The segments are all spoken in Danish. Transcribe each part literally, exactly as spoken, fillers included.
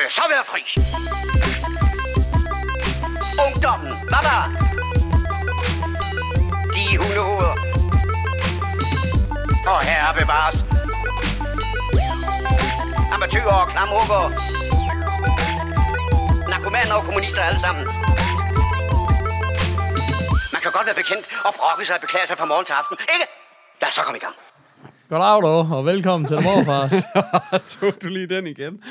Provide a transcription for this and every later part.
det så være fri. Ungdommen, hvad der? De hundehoveder. Og herre bevares. Amatøger og klamrukker. Narkomaner og kommunister alle sammen. Man kan godt være bekendt og brokke sig og beklage sig fra morgen til aften, ikke? Lad os så komme i gang. Goddag dog, og velkommen til Morfars. Tog du lige den igen?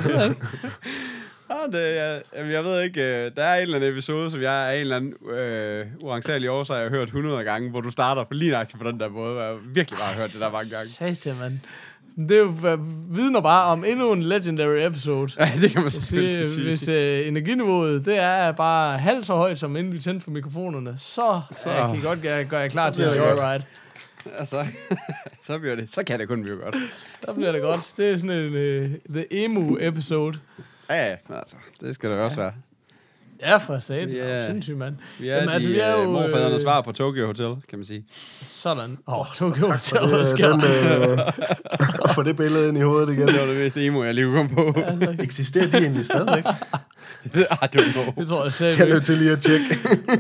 Ja, det, jeg, jeg ved ikke, der er en eller anden episode, som jeg af en eller anden øh, uansagelig årsag har hørt hundrede gange, hvor du starter på lige nøjagtigt på den der måde, og jeg har virkelig bare hørt det der mange gange. Satan, mand. Det er jo, vidner bare om endnu en legendary episode. Ja, det kan man selvfølgelig hvis, sige. Hvis øh, energiniveauet, det er bare halvt så højt, som inden vi tændte for mikrofonerne, så, så. Jeg kan I godt gøre, gøre jer klar til en joyride. Altså, så bliver det. Så kan det kun blive godt. Der bliver det godt. Det er sådan en uh, The Emu-episode. Ja, ja, altså, det skal det ja. også være. Ja, for satan. Yeah. Ja, sindssygt, mand. Vi er Jamen, de altså, vi er jo, morfadernes svar på Tokyo Hotel, kan man sige. Sådan. Åh, oh, Tokyo Hotel, hvad sker der? Og få det billede ind i hovedet igen. Det var det mest emo, jeg lige kom på. Altså, eksisterer de egentlig stadigvæk? I don't know. Det tror jeg selv. Jeg er nødt til lige at tjekke.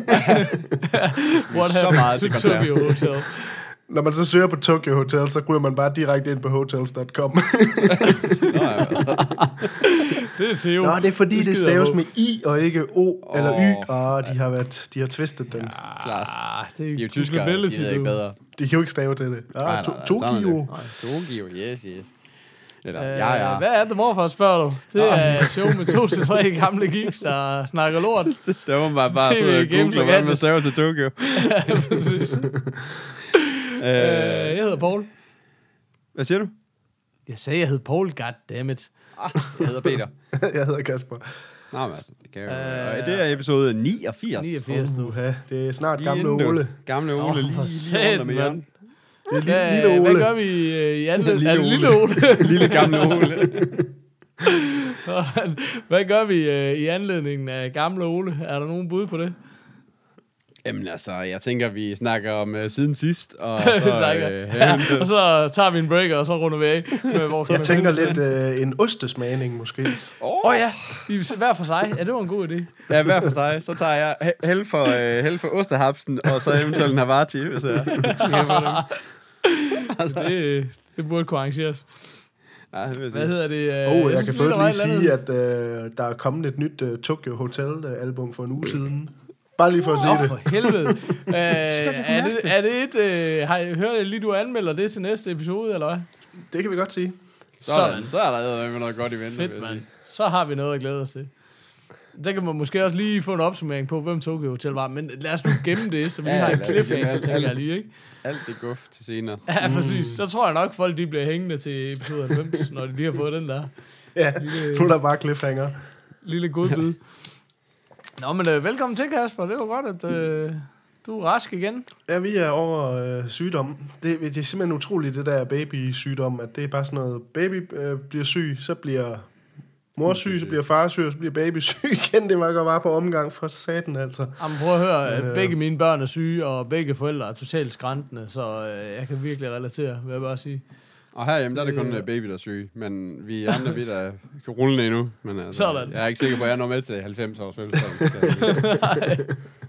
What så meget happened to Tokyo Hotel? Når man så søger på Tokyo Hotel, så ryger man bare direkte ind på hotels punktum com. Nå, ja, altså. Det er C E O. Nå, det er fordi, det, det staves på. med I og ikke O oh, eller Y. Og de har været, de har twistet den. Ja, klart. det er De er jo tyskere, de er ikke bedre. De kan jo ikke stave til det. Ja, Nej, to, nej, nej, Tokyo. Tokyo, yes, yes. Eller, Øh, ja, ja. Hvad er det, morfar, spørger du? Det er et show med to til tre gamle geeks, der snakker lort. Der var man bare T V, sidde og games google, og hvordan man gadgets. staver til Tokyo. Ja, præcis. øh, jeg hedder Paul. Hvad siger du? Jeg sagde, jeg hed Paul, goddammit. Ah, jeg hedder Peter. Jeg hedder Kasper. Nå, men altså, det kan jo... Øh, Og det er episode niogfirs. niogfirs, du. Uha, det er snart Lige gamle inden, du. Ole. Gamle Ole, Åh, lige, for lige satan, rundt om hjørnet. mand. Det er Hvad, lille, lille Ole. hvad gør vi øh, i anledning? Lille Er det lille Ole? Lille gamle Ole. Hvad gør vi øh, i anledningen af gamle Ole? Er der nogen bud på det? Jamen altså, jeg tænker, vi snakker om uh, siden sidst, og Vi så... snakker. Øh, Ja, og så tager vi en breaker, og så runder vi af. Med vores Jeg tænker lidt øh, en ostesmagning måske. Åh, Åh oh, ja, I hver for sig. Ja, det var en god idé. Ja, hver for sig. Så tager jeg he- held for, øh, held for ostehapsen, og så eventuelt en Havarti, hvis det er. det, det burde kunne arrangeres. Ja, det vil jeg Hvad sige. hedder det? Åh, oh, jeg kan synes først der var lige et sige, eller andet. at øh, der er kommet et nyt øh, Tokyo Hotel-album for en uge siden. Bare lige for at sige Åh, det. for helvede. øh, er, det, er det et... Øh, har jeg hørt lige, du anmelder det til næste episode, eller hvad? Det kan vi godt sige. Sådan. Så er der med noget godt i vente. Fedt, mand. Så har vi noget at glæde os til. Der kan man måske også lige få en opsummering på, hvem Tokyo Hotel var. Men lad os nu gemme det, så vi Ja, har en lad os cliffhanger, gemme tænker jeg alt. lige, ikke? Alt det guf til senere. Ja, præcis. Så tror jeg nok, folk de bliver hængende til episode halvfems, når de lige har fået den der Ja, Lille- nu er der bare cliffhanger. lille godbid. Nå, men øh, velkommen til, Kasper. Det var godt, at øh, du er rask igen. Ja, vi er over øh, sygdom. Det, det er simpelthen utroligt, det der baby-sygdom, at det er bare sådan noget, baby øh, bliver syg, så bliver mor syg, så bliver far syg, og så bliver baby syg igen. Det var godt bare på omgang for satan, altså. Jamen, prøv at høre. Men, Øh, øh, begge mine børn er syge, og begge forældre er totalt skrantende, så øh, jeg kan virkelig relatere, vil jeg bare sige. Og herhjemme, der er det kun Øh. uh, baby, der er syg. Men vi andre, vi der kan rulle endnu. Men altså, Sådan. jeg er ikke sikker på, at jeg når med til halvfems års fødselsdag.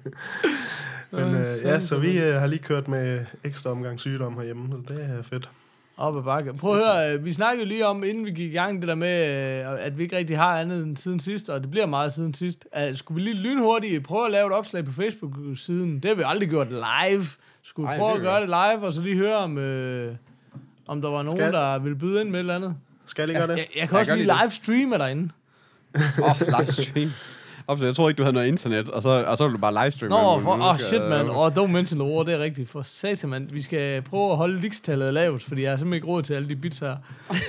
Men øh, ja, så vi øh, har lige kørt med ekstra omgang sygdom herhjemme, så det er fedt. Op ad bakke. Prøv at høre, øh, vi snakkede jo lige om, inden vi gik i gang, det der med, øh, at vi ikke rigtig har andet end siden sidst, og det bliver meget siden sidst. Uh, skulle vi lige lynhurtigt prøve at lave et opslag på Facebook-siden? Det har vi aldrig gjort live. Skulle vi Ej, prøve det at kan gøre det live, og så lige høre, om, øh, om der var nogen, Skal- der ville byde ind med et eller andet? Skal jeg lige gøre det? Jeg, jeg kan Jeg også gør lige lige det. livestreame derinde. Åh, oh, livestream. Opså, jeg tror ikke, du havde noget internet, og så, og så ville du bare livestreame. Nå, Men for, nu åh oh, skal- shit, mand. Åh, oh, don't mention the war, det er rigtigt. For satan, mand. Vi skal prøve at holde likstallet lavt, fordi jeg har simpelthen ikke råd til alle de bits her.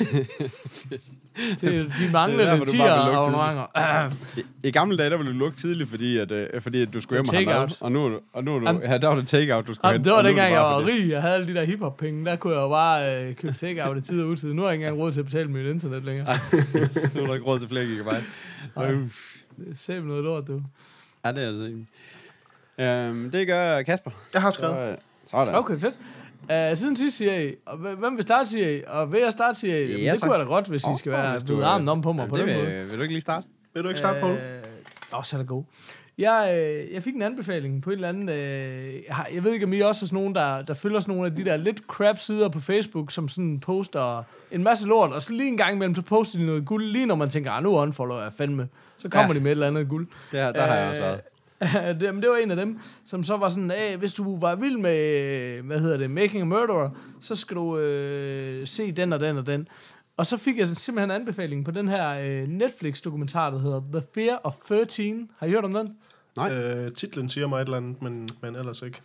det, er- de manglende derfor, du tier bare vil lukke abonnementer. I, I gamle dage, der ville du lukke tidligt, fordi, at, øh, fordi at du skulle hjem og have Take-out. mad. Og nu, er du- og nu er du, Am- ja, der var det take-out, du skulle Jamen, hente, det var og nu er dengang, det jeg bare var fordi- rig. Jeg havde alle de der hiphop-penge. Der kunne jeg jo bare øh, købe take-out i tid og utid. Nu har jeg ikke engang råd til at betale mit internet længere. Nu er der ikke råd til flere gigabyte. Nej. Det er simpelthen noget lort, du. Ja, det er altså ikke. Øhm, det gør Kasper. Jeg har Så, skrevet. øh, sådan. Okay, fedt. Uh, siden sidst siger I, og hvem vil starte, siger I, og vil jeg starte, siger I, jamen, Ja, det tak. kunne jeg da godt, hvis Oh, I skal oh, være hvis du, ved armen om på mig jamen, på det den vil, måde. vil du ikke lige starte? Vil du ikke starte på? Åh, øh, så er det god. Jeg, øh, jeg fik en anbefaling på en eller anden... Øh, jeg, har, jeg ved ikke, om I også er sådan nogen, der, der følger sådan nogle af de der lidt crap sider på Facebook, som sådan poster en masse lort, og så lige en gang imellem, så poster de noget guld, lige når man tænker, ah, nu unfollower jeg fandme. Så kommer ja. de med et eller andet guld. Det, der der øh, har jeg også været. det, men det var en af dem, som så var sådan, hey, hvis du var vild med, hvad hedder det, Making a Murderer, så skal du øh, se den og den og den. Og så fik jeg simpelthen en anbefaling på den her øh, Netflix-dokumentar, der hedder The Fear of thirteen. Har I hørt om den? Nej. Øh, titlen siger mig et eller andet, men, men ellers ikke.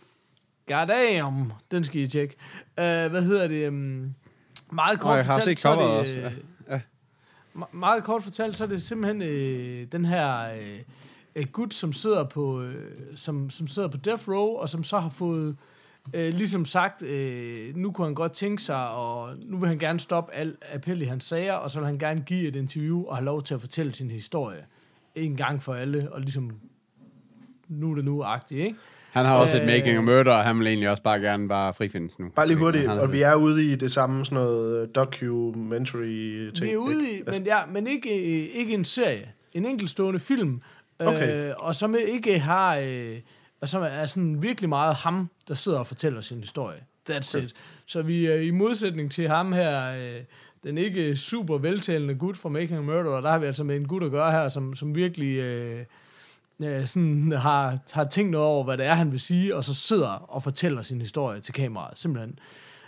Goddamn, den skal I tjekke. Uh, hvad hedder det? Um, meget kort Nå, jeg har fortalt, set så er coveret det, også. Ja. Ja. Me- meget kort fortalt, så er det simpelthen øh, den her øh, gut, som sidder på øh, som, som sidder på Death Row, og som så har fået øh, ligesom sagt, øh, nu kunne han godt tænke sig, og nu vil han gerne stoppe al appel i hans sager, og så vil han gerne give et interview og have lov til at fortælle sin historie en gang for alle, og ligesom nu er det nu-agtigt, ikke? Han har også Øh, et Making a Murder, og han vil egentlig også bare gerne bare frifindes nu. Bare lige hurtigt, Han og vi er ude i det samme sådan noget documentary ting. Vi er ude i, ikke? Altså, men, ja, men ikke, ikke en serie. En enkeltstående film. Okay. Øh, og som ikke har... Øh, og som er sådan virkelig meget ham, der sidder og fortæller sin historie. That's okay. it. Så vi er i modsætning til ham her, øh, den ikke super veltalende gut fra Making a Murderer, der har vi altså med en gut at gøre her, som, som virkelig... Øh, øh, sådan har, har tænkt noget over, hvad det er, han vil sige, og så sidder og fortæller sin historie til kameraet, simpelthen.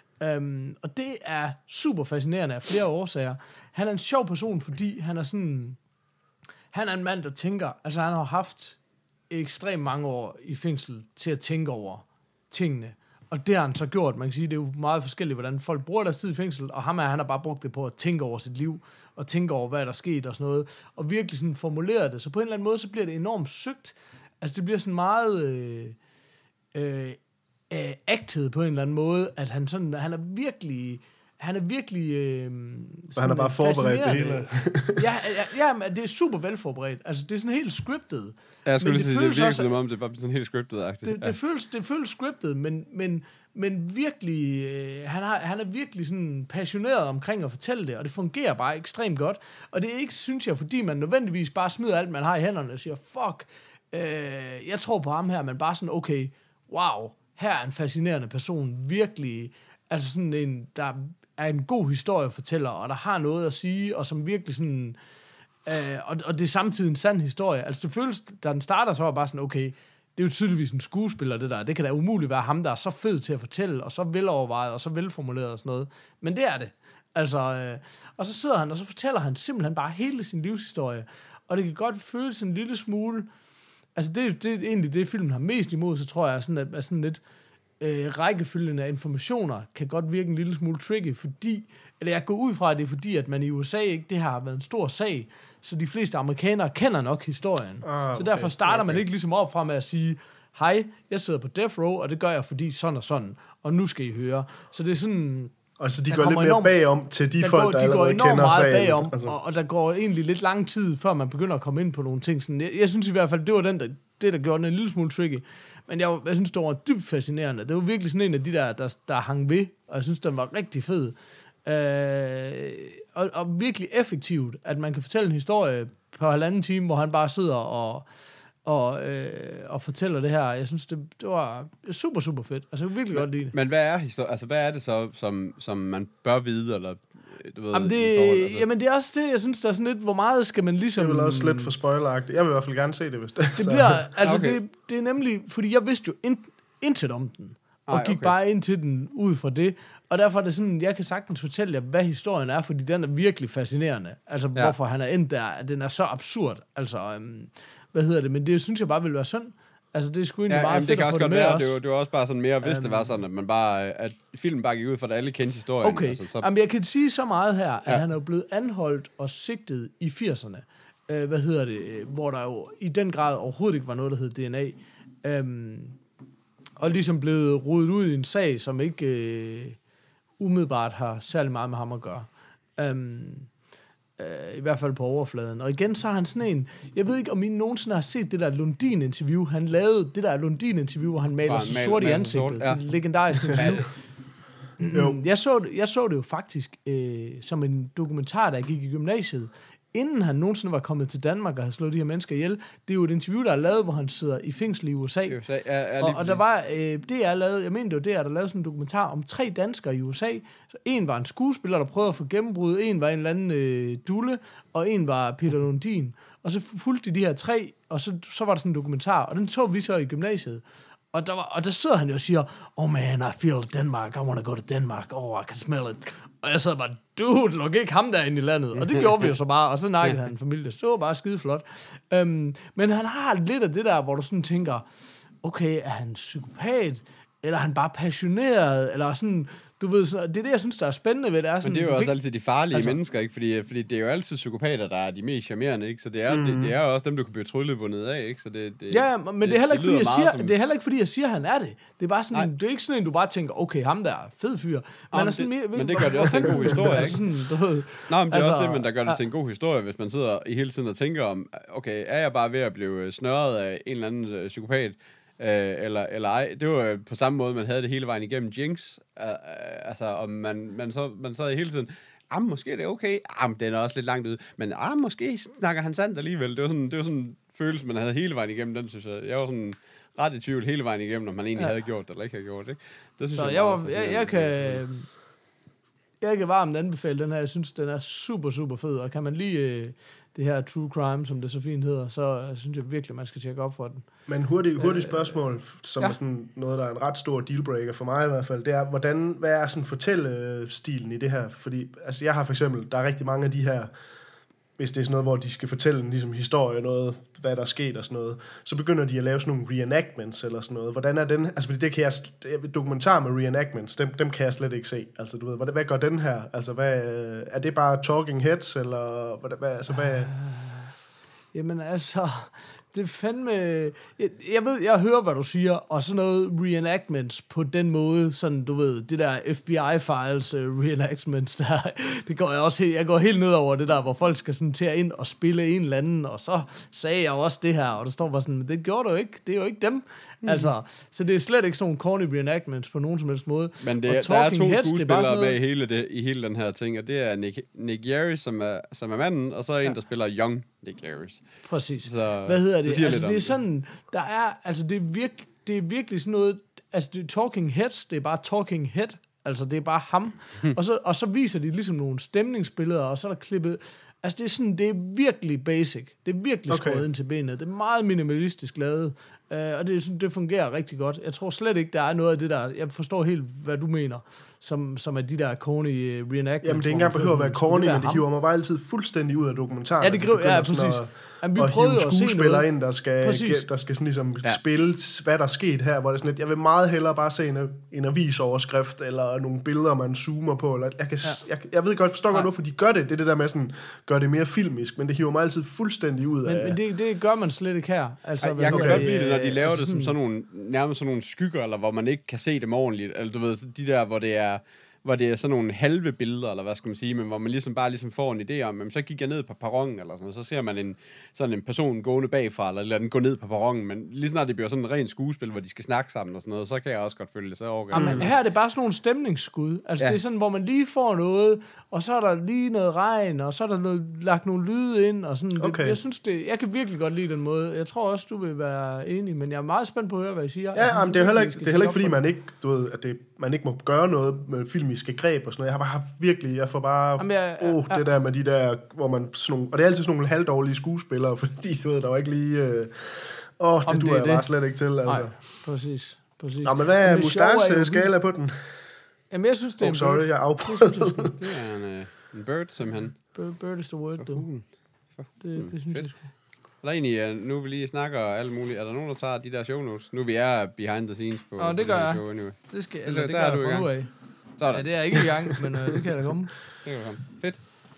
Um, og det er super fascinerende af flere årsager. Han er en sjov person, fordi han er sådan... Han er en mand, der tænker... Altså, han har haft ekstremt mange år i fængsel til at tænke over tingene. Og det har han så gjort. Man kan sige, det er jo meget forskelligt, hvordan folk bruger deres tid i fængsel, og ham er, han har bare brugt det på at tænke over sit liv, og tænke over, hvad der er sket og sådan noget, og virkelig sådan formulere det. Så på en eller anden måde, så bliver det enormt søgt. Altså, det bliver sådan meget... Øh, øh, øh, acted på en eller anden måde, at han sådan, han er virkelig, han er virkelig... Øh, så han er bare forberedt det hele. ja, ja, ja, men det er super velforberedt. Altså, det er sådan helt scriptet. Ja, jeg skulle lige sige, det virker også, som om, det er bare sådan helt scriptet-agtigt. Det, det, ja. føles, det føles scriptet, men, men, men virkelig, øh, han, har, han er virkelig sådan passioneret omkring at fortælle det, og det fungerer bare ekstremt godt. Og det er ikke, synes jeg, fordi man nødvendigvis bare smider alt, man har i hænderne, og siger, fuck, øh, jeg tror på ham her, men bare sådan, okay, wow, her er en fascinerende person, virkelig, altså sådan en, der er en god historiefortæller, og der har noget at sige, og som virkelig sådan, øh, og, og det er samtidig en sand historie. Altså det føles, da den starter, så var bare sådan, okay, det er jo tydeligvis en skuespiller, det der. Det kan da umuligt være ham, der er så fed til at fortælle, og så velovervejet, og så velformuleret og sådan noget. Men det er det. Altså, øh, og så sidder han, og så fortæller han simpelthen bare hele sin livshistorie. Og det kan godt føles en lille smule... Altså, det, det er egentlig det, filmen har mest imod, så tror jeg, sådan, at, at sådan lidt øh, rækkefølgen af informationer kan godt virke en lille smule tricky, fordi... Eller jeg går ud fra, at det er fordi, at man i U S A ikke, det har været en stor sag, så de fleste amerikanere kender nok historien. Ah, okay, så derfor starter okay. man ikke ligesom op fra med at sige, hej, jeg sidder på Death Row, og det gør jeg, fordi sådan og sådan, og nu skal I høre. Så det er sådan... Og så de går lidt mere enormt, bagom til de der folk, går, der de allerede kender sagen. De går enormt meget bagom, altså. og, og der går egentlig lidt lang tid, før man begynder at komme ind på nogle ting. Sådan, jeg, jeg synes i hvert fald, det var den, der, det, der gjorde den en lille smule tricky. Men jeg, jeg synes, det var dybt fascinerende. Det var virkelig sådan en af de der, der, der hang ved, og jeg synes, den var rigtig fed. Øh, og, og virkelig effektivt, at man kan fortælle en historie på halvanden time, hvor han bare sidder og, og, øh, og fortæller det her. Jeg synes, det, det var super, super fedt. Altså, jeg virkelig men, godt lide det. Men hvad er, histori- altså, hvad er det så, som, som man bør vide, eller du ved, jamen, det, i forhold, altså? Jamen, det er også det, jeg synes, der er sådan lidt, hvor meget skal man ligesom... Det er vel også lidt for spoileragtigt. Jeg vil i hvert fald gerne se det, hvis det Det bliver, altså, okay. det, det er nemlig, fordi jeg vidste jo in, intet om den, og Ej, gik okay. bare ind til den ud fra det. Og derfor er det sådan, jeg kan sagtens fortælle jer, hvad historien er, fordi den er virkelig fascinerende. Altså, ja. hvorfor han er endt der. Den er så absurd. Altså, øhm, hvad hedder det? Men det synes jeg bare ville være synd. Altså, det er sgu egentlig ja, meget jamen, fedt det at få kan det også med godt være, også. det var, det var også bare sådan mere, hvis um, det var sådan, at man bare, at filmen bare gik ud for, at alle kendte historien. Okay, altså, så... jamen, jeg kan sige så meget her, at ja. han er jo blevet anholdt og sigtet i firserne. Øh, hvad hedder det? Hvor der jo i den grad overhovedet ikke var noget, der hed D N A. Øhm, og ligesom blevet rodet ud i en sag, som ikke øh, umiddelbart har særlig meget med ham at gøre. Øhm, øh, I hvert fald på overfladen. Og igen, så har han sådan en... Jeg ved ikke, om I nogensinde har set det der Lundin-interview. Han lavede det der Lundin-interview, hvor han maler sig sort i ansigtet. Sort, ja. Det legendariske interview. Jo. Jeg så, det, jeg så det jo faktisk øh, som en dokumentar, da jeg gik i gymnasiet. Inden han nogensinde var kommet til Danmark og havde slået de her mennesker ihjel. Det er jo et interview, der er lavet, hvor han sidder i fængsel i U S A. U S A ja, ja, og, og der var, øh, det er lavet, jeg mener det var det, der lavede sådan en dokumentar om tre danskere i U S A. Så en var en skuespiller, der prøvede at få gennembrud, en var en eller anden øh, dulle, og en var Peter Lundin. Og så fulgte de de her tre, og så, så var der sådan en dokumentar, og den så vi så i gymnasiet. Og der, var, og der sidder han jo og siger, oh man, I feel Denmark, I want to go to Denmark, oh, I can smell it. Og jeg sad bare, dude, luk ikke ham der ind i landet. Og det gjorde vi jo så bare, og så nakkede han familie. Så det var bare skide flot. Um, men han har lidt af det der, hvor du sådan tænker, okay, er han psykopat? Eller er han bare passioneret? Eller sådan, du ved, så, det er det, jeg synes, der er spændende ved det. Er sådan, men det er jo også ikke... altid de farlige altså... mennesker, ikke? Fordi, fordi det er jo altid psykopater, der er de mest charmerende, ikke? Så det er, mm. det, det er jo også dem, du kan blive tryllebundet af, ikke? Så det, det, ja, men det, det, er heller ikke, det, fordi jeg siger, som... det er heller ikke, fordi jeg siger, at han er det. Det er bare sådan, det er ikke sådan en, du bare tænker, okay, ham der er fed fyr. Men, det, sådan, men det gør det også til en god historie, ikke? Sådan, du ved, Nej, men det er altså, også det, men der gør det til en god historie, hvis man sidder i hele tiden og tænker om, okay, er jeg bare ved at blive snørret af en eller anden øh, psykopat, øh, eller, eller ej. Det var på samme måde, man havde det hele vejen igennem Jinx, øh, altså, og man, man, så, man sad hele tiden, ah, måske er det okay, ah, den er også lidt langt ude, men ah, måske snakker han sandt alligevel. Det var sådan, det var sådan en følelse, man havde hele vejen igennem, den synes jeg. Jeg var sådan ret i tvivl hele vejen igennem, om man egentlig ja. havde gjort det, eller ikke havde gjort det. Det synes så jeg, jeg, var, jeg, jeg kan... Jeg kan varmt anbefale den her. Jeg synes, den er super, super fed. Og kan man lide øh, det her true crime, som det så fint hedder, så øh, synes jeg virkelig, man skal tjekke op for den. Men hurtigt hurtig spørgsmål, som ja. er sådan noget, der er en ret stor dealbreaker for mig i hvert fald, det er, hvordan, hvad er sådan fortællestilen i det her? Fordi altså, jeg har for eksempel, der er rigtig mange af de her, hvis det er sådan noget, hvor de skal fortælle en ligesom, historie, noget, hvad der er sket og sådan noget, så begynder de at lave sådan nogle reenactments eller sådan noget. Hvordan er den? Altså, fordi det kan jeg, dokumentar med reenactments, dem, dem kan jeg slet ikke se. Altså, du ved, hvad, hvad gør den her? Altså, hvad, er det bare talking heads, eller hvad, hvad, altså, hvad? Uh, jamen, altså, det er fandme... Jeg, jeg ved, jeg hører, hvad du siger, og sådan noget reenactments på den måde, sådan, du ved, det der F B I-files uh, reenactments, der, det går jeg også helt, jeg går helt ned over det der, hvor folk skal sådan til at ind og spille en eller anden, og så sagde jeg også det her, og der står bare sådan, det gjorde du ikke, det er jo ikke dem. Mm. Altså, så det er slet ikke sådan nogle corny reenactments på nogen som helst måde. Men det, der er to heads, skuespillere noget... bag hele, det, i hele den her ting, og det er Nick, Nick Jarvis, som er, som er manden, og så er ja. en, der spiller Young Nick Jarvis. Præcis. Så, hvad hedder det? Altså, det er det. sådan, der er, altså det er, virke, det er virkelig sådan noget, altså det er talking heads, det er bare talking head, altså det er bare ham, og, så, og så viser de ligesom nogle stemningsbilleder, og så er der klippet, altså det er sådan, det er virkelig basic, det er virkelig okay. skåret ind til benet, det er meget minimalistisk lavet, uh, og det, sådan, det fungerer rigtig godt. Jeg tror slet ikke, der er noget af det der, jeg forstår helt, hvad du mener, som, som er de der corny uh, reenactments. Jamen det er ikke engang behøver at være corny, men det hiver mig bare altid fuldstændig ud af dokumentaren. Ja, det griber, ja, præcis. At, Jamen, vi og hive skuespillere ind, der skal, der skal sådan ligesom ja. spille, hvad der er sket her, hvor det er sådan lidt, jeg vil meget hellere bare se en, en avisoverskrift, eller nogle billeder, man zoomer på, eller jeg, kan, ja. jeg, jeg ved godt, forstår godt, hvorfor de gør det, det er det der med sådan, gør det mere filmisk, men det hiver mig altid fuldstændig ud men, af... Men det, det gør man slet ikke her. Altså, Ej, jeg kan okay. godt lide det, når de laver altså det som sådan nogle, nærmest sådan nogle skygger, eller hvor man ikke kan se dem ordentligt, eller du ved, de der, hvor det er... hvor det er sådan nogle halve billeder, eller hvad skal man sige, men hvor man ligesom bare ligesom får en idé om, men så gik jeg ned på perronen, eller sådan noget, så ser man en, sådan en person gående bagfra, eller lader den gå ned på perronen, men lige snart det bliver sådan en ren skuespil, hvor de skal snakke sammen og sådan noget, så kan jeg også godt følge det, så overgår. Jamen, her er det bare sådan nogle stemningsskud, altså ja. det er sådan, hvor man lige får noget, og så er der lige noget regn, og så er der noget, lagt nogle lyde ind, og sådan, okay. det, jeg synes det, jeg kan virkelig godt lide den måde, jeg tror også, du vil være enig, men jeg er meget spændt på at høre, hvad I siger. Ja, jamen, det er heller ikke, det er heller ikke fordi, man ikke, du ved, at det, man ikke må gøre noget med filmiske greb og sådan noget. Jeg har bare virkelig, jeg får bare, åh, oh, ja. det der med de der, hvor man sådan nogle, og det er altid sådan nogle halvdårlige skuespillere, fordi du ved, der var ikke lige, åh, øh, oh, det duer jeg bare slet ikke til, altså. Nej, præcis, præcis. Nå, men hvad er Mustaches skala på den? Jamen, jeg synes, det er oh, en sorry, bird. jeg afprøvede. Det er en, en bird, simpelthen. Bird, bird is the word, du. Det, det, det synes fedt. jeg sgu. Der er egentlig, nu vi lige snakker alt muligt. Er der nogen, der tager de der show notes? Nu vi er behind the scenes på, Nå, det på gør jeg. show anyway. Det, skal, det, altså, det der gør er du jeg fra nu af. Sådan. Ja, det er ikke i gang, men øh, det kan da komme. Det kan komme. Fedt.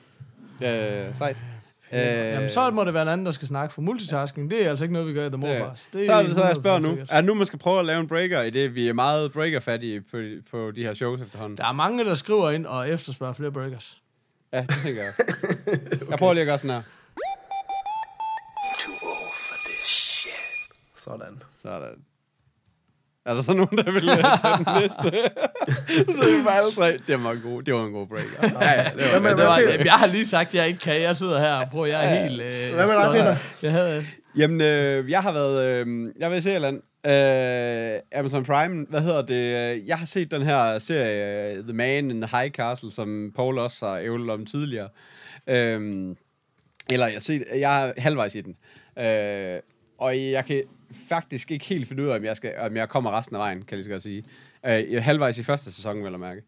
Øh, sejt. Øh, Jamen, så må det være en anden, der skal snakke, for multitasking, det er altså ikke noget, vi gør i The Morfars. Det så er det så, jeg spørger nu. Er nu, man skal prøve at lave en breaker i det? Vi er meget breaker-fattige på, på de her shows efterhånden. Der er mange, der skriver ind og efterspørger flere breakers. Ja, det tænker jeg. Okay. Jeg prøver lige at gøre sådan her. Too old for this shit. Sådan. Sådan. Er der så nogen, der vil tage den næste? Så det var alle tre. Det var en god, det var en god break. Ja, ja, det var, Men det var, jeg har lige sagt, at jeg ikke kan. Jeg sidder her og prøver, jeg er ja. helt... Øh, Hvad med dig, Peter? Jeg havde... Jamen, øh, jeg har været... Øh, jeg har været i Serieland. Øh, Amazon Prime, hvad hedder det? Jeg har set den her serie, The Man in the High Castle, som Paul også har ævlet om tidligere. Øh, eller jeg har set... Jeg er halvvejs i den. Øh, og jeg kan faktisk ikke helt finde ud af, om jeg, skal, om jeg kommer resten af vejen, kan jeg lige så godt sige. Øh, jeg er halvvejs i første sæson, vil jeg mærke.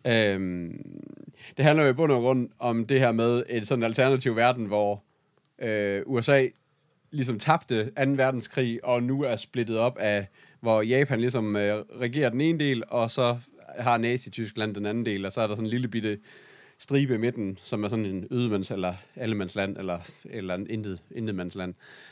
Øh, det handler jo i bund og grund om det her med en sådan alternativ verden, hvor øh, U S A ligesom tabte anden verdenskrig, og nu er splittet op af, hvor Japan ligesom øh, regerer den ene del, og så har Nazi-Tyskland den anden del, og så er der sådan en lille bitte stribe i midten, som er sådan en ydemands- eller allemandsland, eller eller en intet, intetmandsland.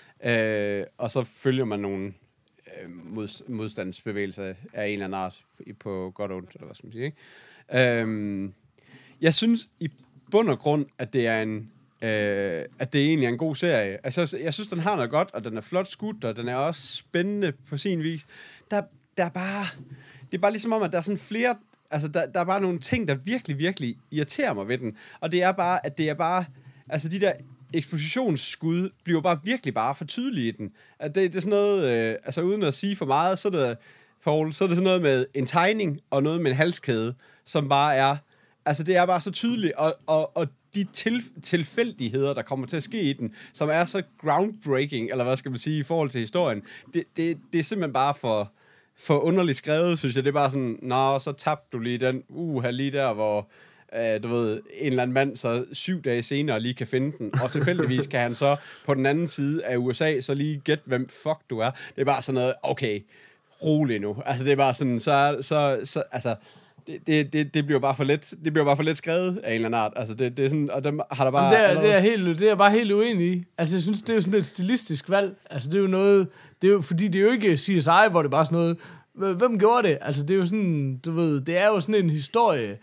Øh, og så følger man nogle øh, mod, modstandsbevægelser af en eller anden art på godt og ondt, eller hvad skal man sige, ikke? Øh, jeg synes i bund og grund, at det er en øh, at det egentlig er en god serie. Altså, jeg synes, den har noget godt, og den er flot skudt, og den er også spændende på sin vis. Der, der er bare... Det er bare ligesom om, at der er sådan flere... Altså, der, der er bare nogle ting, der virkelig, virkelig irriterer mig ved den. Og det er bare, at det er bare... Altså, de der ekspositionsskud bliver bare virkelig bare for tydelige i den. At det, det er sådan noget... Øh, altså, uden at sige for meget, så er det... Paul, så er det sådan noget med en tegning, og noget med en halskæde, som bare er... Altså, det er bare så tydeligt, og, og, og de til, tilfældigheder, der kommer til at ske i den, som er så groundbreaking, eller hvad skal man sige, i forhold til historien, det, det, det er simpelthen bare for, for underligt skrevet, synes jeg. Det er bare sådan, nå, så tabte du lige den, uha, lige der, hvor, øh, du ved, en eller anden mand så syv dage senere lige kan finde den, og tilfældigvis kan han så på den anden side af U S A så lige gætte, hvem fuck du er. Det er bare sådan noget, okay, rolig nu. Altså, det er bare sådan, så, så, så altså... Det, det, det bliver bare for let. Det bliver bare for let skrevet af en eller anden art. Altså det, det er sådan, og dem har der bare. Det er, det er helt, det er bare helt uenig i. Altså jeg synes det er jo sådan et stilistisk valg. Altså det er jo noget, det er jo fordi det er jo ikke C S I, hvor det er bare sådan noget. Hvem gjorde det? Altså det er jo sådan, du ved, det er jo sådan en historie.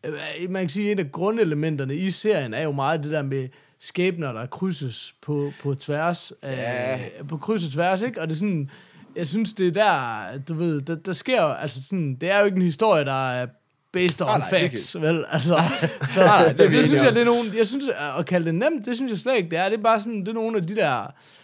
Man kan sige, at et af grundelementerne i serien er jo meget det der med skæbner, der krydses på på tværs, ja. øh, på kryds og tværs, ikke? Og det er sådan. Jeg synes, det er der, du ved, der, der sker altså sådan, det er jo ikke en historie, der er based on ah, nej, facts, ikke. Vel? Altså, så ah, nej, det, det, det synes jeg, det er nogen, jeg synes, at kalde det nemt, det synes jeg slet ikke, det er. Det er bare sådan, det er nogle af de der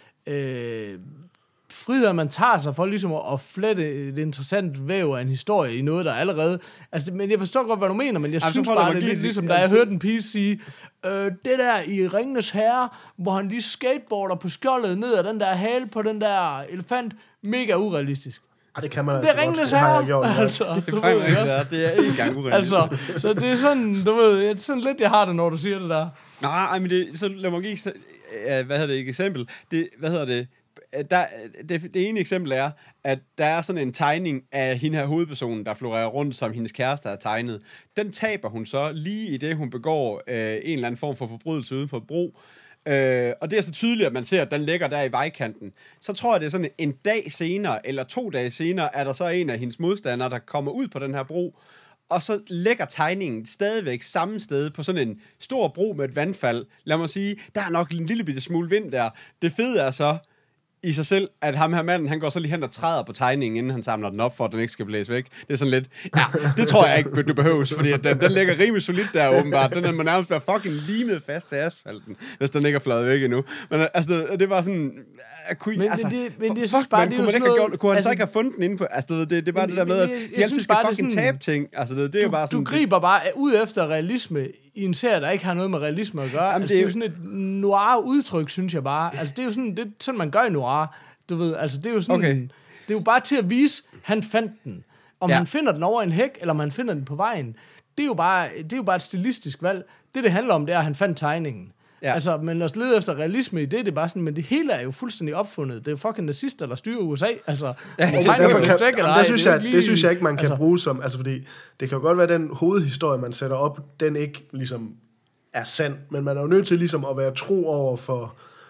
øh, friheder, man tager sig for ligesom at, at flette et interessant væv af en historie i noget, der er allerede... Altså, men jeg forstår godt, hvad du mener, men jeg altså, synes bare, det er lidt ligesom, da jeg hørte en pige sige, øh, det der i Ringenes Herre, hvor han lige skateboarder på skjoldet ned ad den der hale på den der elefant, mega urealistisk. Ah, det kan man altså det er Ringenes Herre. Altså, det er faktisk ikke, det er ikke engang urealistisk. Altså, så det er sådan, du ved, det er sådan lidt, jeg har det, når du siger det der. Nej, men det, så lad mig give, hvad hedder det, et eksempel. Det, hvad hedder det, der, det, det ene eksempel er, at der er sådan en tegning af hende her hovedpersonen, der florerer rundt, som hendes kæreste har tegnet. Den taber hun så lige i det, hun begår øh, en eller anden form for forbrydelse ude på et bro. Øh, og det er så tydeligt, at man ser, at den ligger der i vejkanten. Så tror jeg, det er sådan en dag senere, eller to dage senere, er der så en af hendes modstandere, der kommer ud på den her bro, og så lægger tegningen stadigvæk samme sted på sådan en stor bro med et vandfald. Lad mig sige, der er nok en lille bitte smule vind der. Det fede er så i sig selv, at ham her manden, han går så lige hen og træder på tegningen, inden han samler den op, for at den ikke skal blæse væk. Det er sådan lidt, ja, det tror jeg ikke, du behøves, fordi den, den ligger rimelig solidt der, åbenbart. Den må nærmest være fucking limet fast til asfalten, hvis den ikke er fløjet væk endnu. Men altså, det var sådan... Kunne, men, altså, men det, men for, jeg synes bare, man, det er kunne, jo man ikke noget, gjort, kunne han altså, så ikke have fundet den inde på... Altså, det, det er bare men, det der med, at de altid skal fucking sådan, tabe ting. Altså, det, det er du, jo bare sådan... Du griber bare ud efter realisme i en serie, der ikke har noget med realisme at gøre. Jamen, altså, det, er det er jo sådan et noir-udtryk, synes jeg bare. Altså, det er jo sådan, det er sådan man gør i noir. Du ved, altså det er jo sådan, okay. Det er jo bare til at vise, han fandt den. Om ja. han finder den over en hæk, eller om han finder den på vejen, det er jo bare, det er jo bare et stilistisk valg. Det, det handler om, det er, at han fandt tegningen. Ja. Altså, men at lede efter realisme i det, det er bare sådan, men det hele er jo fuldstændig opfundet. Det er jo fucking nazister, der styrer U S A. Altså, ja, det, derfor kan, stræk, eller det, synes jeg, lige, det synes jeg ikke, man kan altså, bruge som, altså fordi, det kan jo godt være, den hovedhistorie, man sætter op, den ikke ligesom er sand, men man er jo nødt til ligesom at være tro over for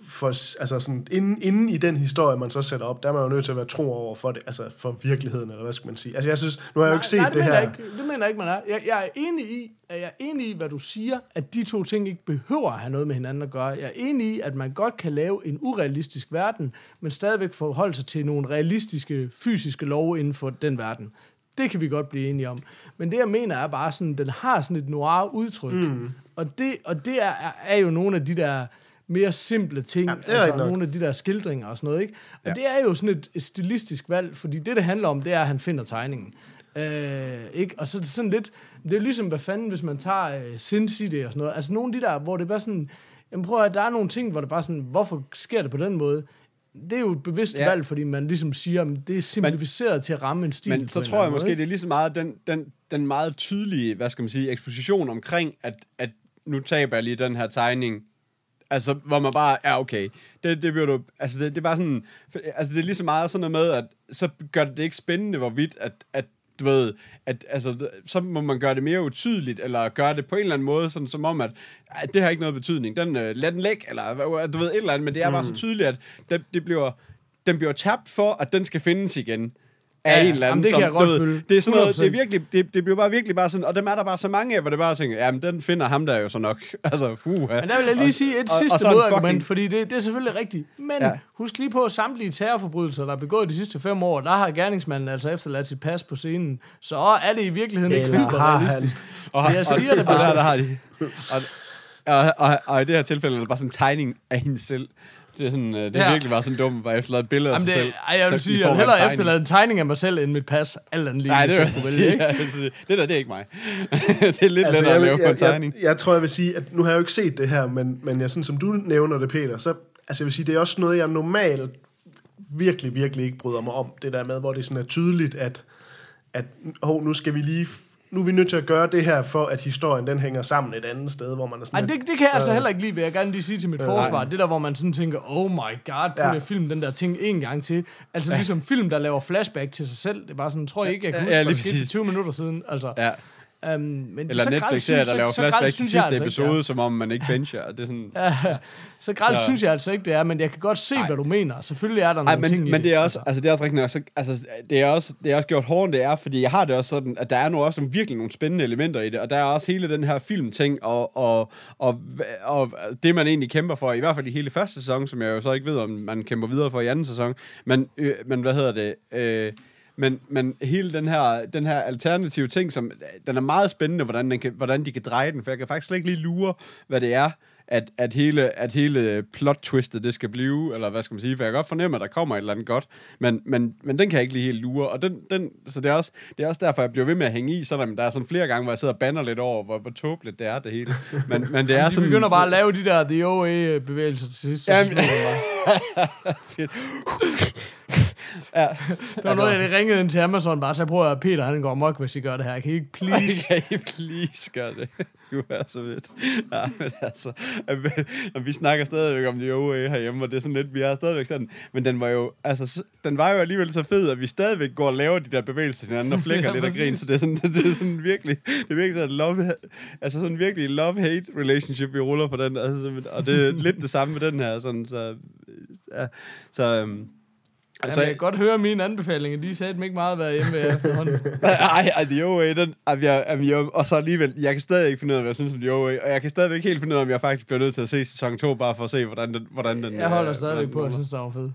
for, altså sådan, inden, inden i den historie, man så sætter op, der er man jo nødt til at være tro over for det, altså for virkeligheden, eller hvad skal man sige. Altså jeg synes, nu har jeg jo ikke set nej, det, det her. Ikke, det mener jeg ikke, man er. Jeg, jeg er enig i, at jeg er enig i, hvad du siger, at de to ting ikke behøver at have noget med hinanden at gøre. Jeg er enig i, at man godt kan lave en urealistisk verden, men stadigvæk forholde sig til nogle realistiske, fysiske love inden for den verden. Det kan vi godt blive enige om. Men det, jeg mener, er bare sådan, den har sådan et noir-udtryk. Mm. Og det, og det er, er jo nogle af de der mere simple ting, ja, altså nogle af de der skildringer og sådan noget, ikke? Og ja. Det er jo sådan et, et stilistisk valg, fordi det, det handler om, det er, at han finder tegningen. Øh, ikke? Og så er det sådan lidt, det er ligesom, hvad fanden, hvis man tager uh, Sin City og sådan noget. Altså nogle af de der, hvor det bare sådan, jamen prøv at der er nogle ting, hvor det bare sådan, hvorfor sker det på den måde? Det er jo et bevidst ja. valg, fordi man ligesom siger, at det er simplificeret men, til at ramme en stil. Men så tror jeg måske, måde. Det er lige så meget den, den, den meget tydelige, hvad skal man sige, eksposition omkring, at, at nu taber jeg lige den her tegning. Altså, hvor man bare, ja okay, det, det bliver du, altså det, det er bare sådan, altså det er lige så meget sådan noget med, at så gør det ikke spændende, hvorvidt, at, at du ved, at altså, så må man gøre det mere utydeligt, eller gøre det på en eller anden måde, sådan som om, at, at det har ikke noget betydning, den, øh, lad den lægge, eller du ved, et eller andet, men det er mm. bare så tydeligt, at det, det bliver, den bliver tabt for, at den skal findes igen. Af ja, en eller anden, det kan som, jeg godt ved, følge. Det er sådan noget, det er virkelig, det, det bliver bare virkelig bare sådan, og dem er der bare så mange af, hvor det bare tænker, jamen den finder ham der jo så nok. Altså, uh, Men der vil jeg lige og, sige et og, sidste og modargument, fucking... fordi det, det er selvfølgelig rigtigt. Men ja. Husk lige på, samtlige terrorforbrydelser, der er begået de sidste fem år, der har gerningsmanden altså efterladt sit pas på scenen. Så er det i virkeligheden ikke hyperrealistisk. Og, jeg siger og, det bare. Og der, der har de. Og, og, og, og i det her tilfælde er det bare sådan en tegning af hende selv. Det er, sådan, det er ja. virkelig bare sådan dumt, at efterlade et billede af sig selv. Ej, jeg vil sige, jeg vil hellere efterlade en tegning af mig selv, end mit pas. Alt andet lige. Nej, det, vil sige, ikke? Altså, det der, det er ikke mig. Det er lidt altså, lettere at lave på en tegning. Jeg, jeg, jeg tror, jeg vil sige, at nu har jeg jo ikke set det her, men, men jeg, sådan, som du nævner det, Peter, så altså, jeg vil sige, det er også noget, jeg normalt virkelig, virkelig ikke bryder mig om. Det der med, hvor det sådan er tydeligt, at, at oh, nu skal vi lige... Nu er vi nødt til at gøre det her, for at historien den hænger sammen et andet sted, hvor man er sådan... Ej, det, det kan jeg øh, altså heller ikke lide, vil jeg gerne lige sige til mit øh, forsvar. Nej. Det der, hvor man sådan tænker, oh my god, prøv ja. at filme den der ting en gang til. Altså ja. ligesom film, der laver flashback til sig selv. Det er bare sådan, tror jeg ikke, jeg kan huske, ja, det skete for tyve minutter siden. Altså, ja. Um, men eller Netflix-serier, der laver flashback til sidste episode, ikke, ja. som om man ikke bencher. Det er sådan... ja, så grelt ja. synes jeg altså ikke, det er, men jeg kan godt se, Ej. hvad du mener. Selvfølgelig er der nogle Ej, men, ting i men det. er også, altså det er også rigtigt nok, så, altså det er også, det er også gjort hårdt, det er, fordi jeg har det også sådan, at der er nu også nogle, virkelig nogle spændende elementer i det, og der er også hele den her filmting, og, og, og, og det man egentlig kæmper for, i hvert fald i hele første sæson, som jeg jo så ikke ved, om man kæmper videre for i anden sæson, men, øh, men hvad hedder det... Øh, Men, men hele den her, den her alternative ting, som, den er meget spændende, hvordan, den kan, hvordan de kan dreje den, for jeg kan faktisk slet ikke lige lure, hvad det er, at, at, hele, at hele plot-twistet, det skal blive, eller hvad skal man sige, for jeg kan godt fornemme, at der kommer et eller andet godt, men, men, men den kan jeg ikke lige helt lure, og den, den, så det er, også, det er også derfor, jeg bliver ved med at hænge i, så der, der er sådan flere gange, hvor jeg sidder og banner lidt over, hvor, hvor tåbeligt det er, det hele. Men, men det er de sådan... begynder bare at lave de der The O A-bevægelser til sidst. Jamen, shit. Ja. Det var noget, jeg ringede ind til Amazon bare, så jeg prøver at Peter, han går amok, hvis I gør det her. Kan I ikke please? Kan I please gøre det? Du er så vidt. Ja, men altså, vi snakker stadigvæk om de O A herhjemme, og det er sådan lidt, vi er stadigvæk sådan, men den var jo, altså, den var jo alligevel så fed, at vi stadigvæk går og laver de der bevægelser til hinanden og flækker ja, lidt og griner, så det er sådan, det er sådan virkelig, det er virkelig sådan love, altså sådan virkelig love-hate relationship, vi ruller på den, altså, og det er lidt det samme med den her, sådan, så, ja, så, um, Altså, jeg kan godt høre mine anbefalinger. De sagde dem ikke meget været hjemme ved efterhånden. Ej, ej, The O A, den... Jeg, jeg, og så alligevel... Jeg kan stadig ikke finde ud af, hvad jeg synes om The O A. Og jeg kan stadig ikke helt finde ud af, om jeg faktisk bliver nødt til at se sæson to, bare for at se, hvordan den... Hvordan den jeg holder øh, stadigvæk på, jeg synes, det var fed.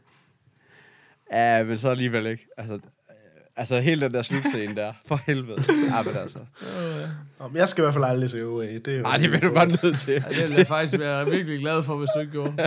Ja, men så alligevel ikke. Altså, altså hele den der slutscene der. For helvede. Ja, men altså... Oh, ja. Jeg skal i hvert fald aldrig se O A. Det Ej, det vil du bare nødt til. Ja, det vil jeg faktisk være virkelig glad for, hvis du ikke gjorde.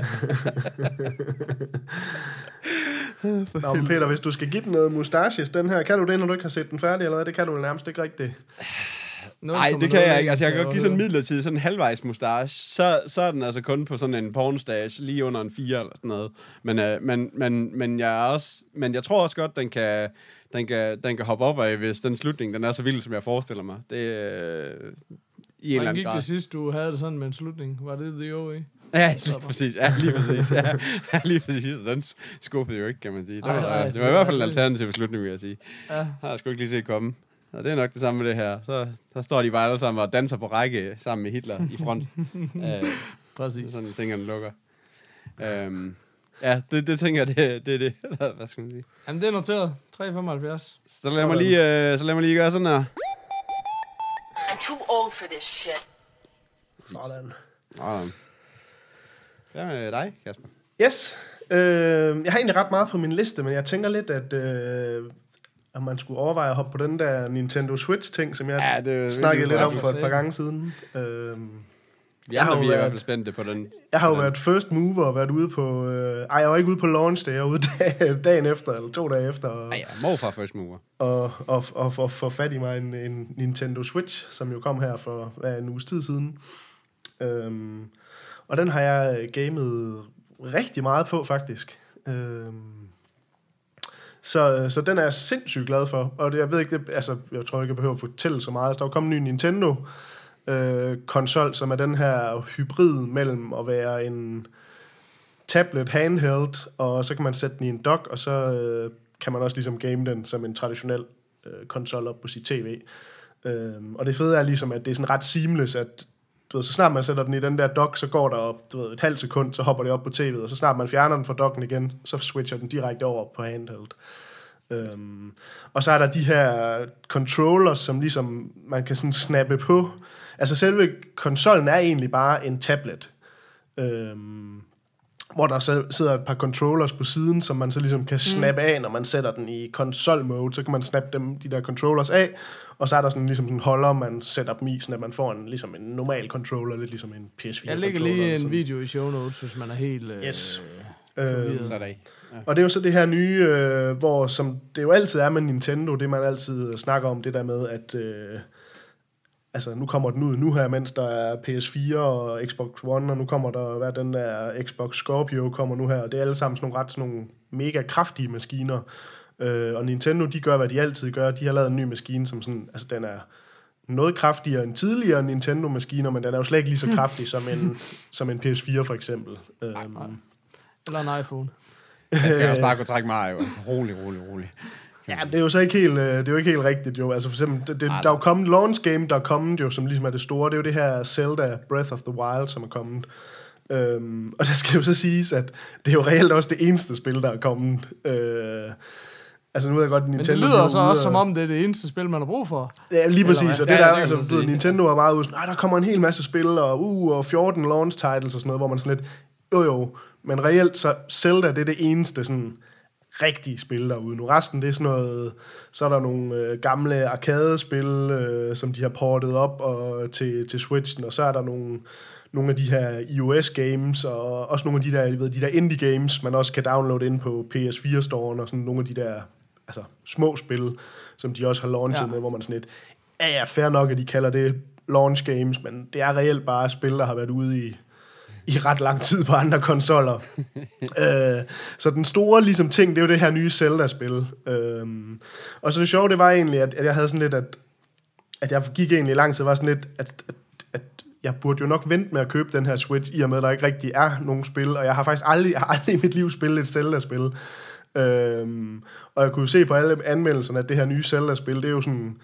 Nå, men Peter, hvis du skal give den noget mustaches, den her, kan du det, når du ikke har set den færdig, eller hvad? Det kan du vel nærmest ikke rigtigt. Nej, det kan jeg ikke. Altså, jeg kan godt give sådan en midlertidig, sådan en halvvejs mustache. Så, så er den altså kun på sådan en pornstache, lige under en fire eller sådan noget. Men, øh, men, men, men, jeg er også, men jeg tror også godt, den kan, den kan, den kan hoppe op af, hvis den slutning, den er så vild, som jeg forestiller mig. Det øh, i en eller anden grad. Gik det sidst, du havde det sådan med en slutning? Var det The O A? Ja, lige præcis. Ja, lige præcis. Ja, lige præcis. Den skuffede jo ikke, kan man sige. Det var, ej, ej, det var i hvert fald en alternativ beslutning, vil jeg sige. Ja. Har jeg sgu ikke lige set komme. Og det er nok det samme med det her. Så der står de bare alle sammen og danser på række sammen med Hitler i front. Æh, præcis. Sådan tingene lukker. Øhm, ja, det, det tænker jeg, det, det er det. Hvad skal man sige? Jamen, det er noteret. tre komma femoghalvfjerds. Så lad mig lige, øh, så lad mig lige gøre sådan her. I'm too old for this shit. Sådan. Sådan. Hvad med dig, Kasper? Yes. Øh, jeg har egentlig ret meget på min liste, men jeg tænker lidt, at øh, om man skulle overveje at hoppe på den der Nintendo Switch-ting, som jeg Ja, det snakkede lidt om for for et par gange siden. Øh, Vi Jeg har andre, jo vi er i været- hvert fald spændte på den. jeg har jo på den. været first mover og været ude på... Øh, ej, jeg var ikke ude på launch day, jeg var ude dag, dagen efter, eller to dage efter. Og, Ej, ja, morfar first mover. og, og, og få få fat i mig en, en Nintendo Switch, som jo kom her for hvad, en uges tid siden. Øhm, og den har jeg gamet rigtig meget på, faktisk. Øhm, så, så den er jeg sindssygt glad for. Og det, jeg ved ikke, det, altså, jeg tror ikke, jeg behøver at fortælle så meget. Der er kommet en ny Nintendo øh, konsol, som er den her hybrid mellem at være en tablet handheld, og så kan man sætte den i en dock, og så øh, kan man også ligesom game den som en traditionel øh, konsol op på sit tv. Øhm, og det fede er ligesom, at det er sådan ret seamless, at du ved, så snart man sætter den i den der dock, så går der du ved, et halvt sekund, så hopper det op på tv'et, og så snart man fjerner den fra docken igen, så switcher den direkte over på handheld. Øhm, og så er der de her controllers, som ligesom man kan sådan snappe på. Altså selve konsollen er egentlig bare en tablet. Øhm, hvor der så sidder et par controllers på siden, som man så ligesom kan snappe af, når man sætter den i konsol-mode, så kan man snappe dem, de der controllers af, og så er der sådan ligesom sådan en holder, man sætter dem i, sådan at man får en, ligesom en normal controller, lidt ligesom en P S fire-controller. Jeg lægger lige en video i show notes, hvis man er helt... Øh, Yes. forvirret. Så er der ikke. Ja. Og det er jo så det her nye, øh, hvor som det jo altid er med Nintendo, det man altid snakker om, det der med, at øh, altså nu kommer den ud nu her, mens der er P S fire og Xbox One, og nu kommer der, hvad den der Xbox Scorpio kommer nu her, og det er alle sammen sådan nogle ret sådan nogle mega kraftige maskiner. Øh, og Nintendo, de gør, hvad de altid gør. De har lavet en ny maskine, som sådan, altså den er noget kraftigere end tidligere Nintendo-maskiner, men den er jo slet ikke lige så kraftig som en, som en P S fire for eksempel. Øhm, Eller en iPhone. Jeg skal også bare kunne trække Mario. Altså, rolig, rolig, rolig. Ja, det er jo så ikke helt, øh, det er jo ikke helt rigtigt jo. Altså for eksempel, det, det, der er jo kommet launch game, der er kommet jo, som ligesom er det store. Det er jo det her Zelda Breath of the Wild, som er kommet. Øhm, og der skal jo så siges, at det er jo reelt også det eneste spil, der er kommet. Øh, altså nu ved jeg godt, Nintendo... Men det lyder så ude også, og- som om det er det eneste spil, man har brug for. Ja, lige præcis. Eller Og hvad? det Ja, der, det kan altså, man du ved, sige. Nintendo er meget ude sådan, nej, der kommer en hel masse spil, og, uh, og fjorten launch titles og sådan noget, hvor man sådan lidt, jo jo, men reelt så Zelda, det er det eneste sådan rigtige spil derude nu. Resten, det er sådan noget, så er der nogle øh, gamle arcade-spil, øh, som de har portet op og, til, til Switchen, og så er der nogle, nogle af de her iOS-games, og også nogle af de der, I ved, de der indie-games, man også kan downloade ind på P S fire-storen, og sådan nogle af de der altså, små spil, som de også har launchet Ja. med, hvor man sådan lidt, ja, ja, fair nok, at de kalder det launch games, men det er reelt bare spil, der har været ude i, i ret lang tid på andre konsoller. øh, så den store ligesom, ting, det er jo det her nye Zelda-spil. Øh, og så det sjove, det var egentlig, at, at jeg havde sådan lidt, at, at jeg gik egentlig lang tid, var sådan lidt, at, at, at jeg burde jo nok vente med at købe den her Switch, i og med, at der ikke rigtig er nogen spil, og jeg har faktisk aldrig, jeg har aldrig i mit liv spillet et Zelda-spil. Øhm, og jeg kunne jo se på alle anmeldelserne, at det her nye Zelda-spil, det er jo sådan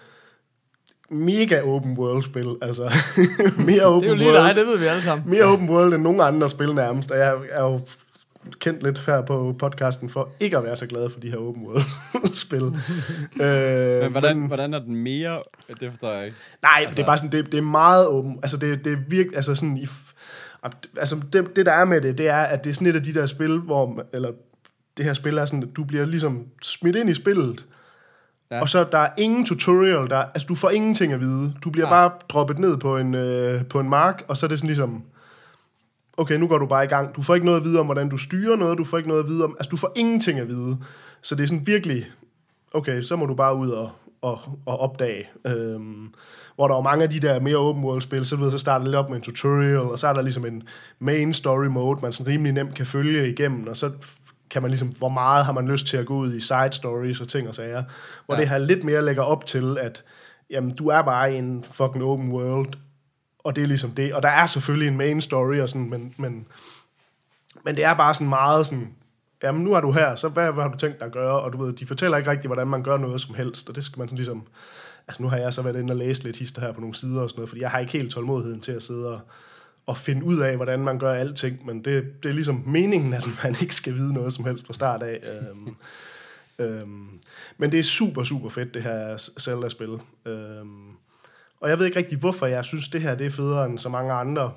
mega open world-spil, altså mere open Det er jo lige world, dig, det ved vi alle sammen. mere open world end nogen andre spil nærmest, og jeg er jo kendt lidt før på podcasten for ikke at være så glad for de her open world-spil. øh, Men hvordan, men, hvordan er den mere... Det forstår jeg ikke. Nej, Altså- altså, det er bare sådan, det, det er meget åben. Altså, det, det er virkelig, altså sådan i... f- Altså, det, det der er med det, det er, at det er sådan et af de der spil, hvor... Eller det her spil er sådan, at du bliver ligesom smidt ind i spillet, Ja. ja. og så der er ingen tutorial, der... Altså, du får ingenting at vide. Du bliver Nej. bare droppet ned på en, øh, på en mark, og så er det sådan ligesom... Okay, nu går du bare i gang. Du får ikke noget at vide om, hvordan du styrer noget. Du får ikke noget at vide om... Altså, du får ingenting at vide. Så det er sådan virkelig... Okay, så må du bare ud og, og, og opdage. Øhm, hvor der er mange af de der mere open world spil, så, du ved, så starter det lidt op med en tutorial, og så er der ligesom en main story mode, man sådan rimelig nemt kan følge igennem, og så kan man ligesom, hvor meget har man lyst til at gå ud i side stories og ting og sager. Hvor Ja. det her lidt mere lægger op til, at jamen, du er bare i en fucking open world, og det er ligesom det. Og der er selvfølgelig en main story, og sådan, men, men, men det er bare sådan meget sådan, jamen nu er du her, så hvad, hvad har du tænkt dig at gøre? Og du ved, de fortæller ikke rigtigt, hvordan man gør noget som helst, og det skal man sådan ligesom, altså nu har jeg så været inde og læse lidt hister her på nogle sider og sådan noget, fordi jeg har ikke helt tålmodigheden til at sidde og, at finde ud af, hvordan man gør alting, men det, det er ligesom meningen, at man ikke skal vide noget som helst fra start af. Øhm, øhm, men det er super, super fedt, det her Zelda-spil. Øhm, og jeg ved ikke rigtig, hvorfor jeg synes, det her det er federe end så mange andre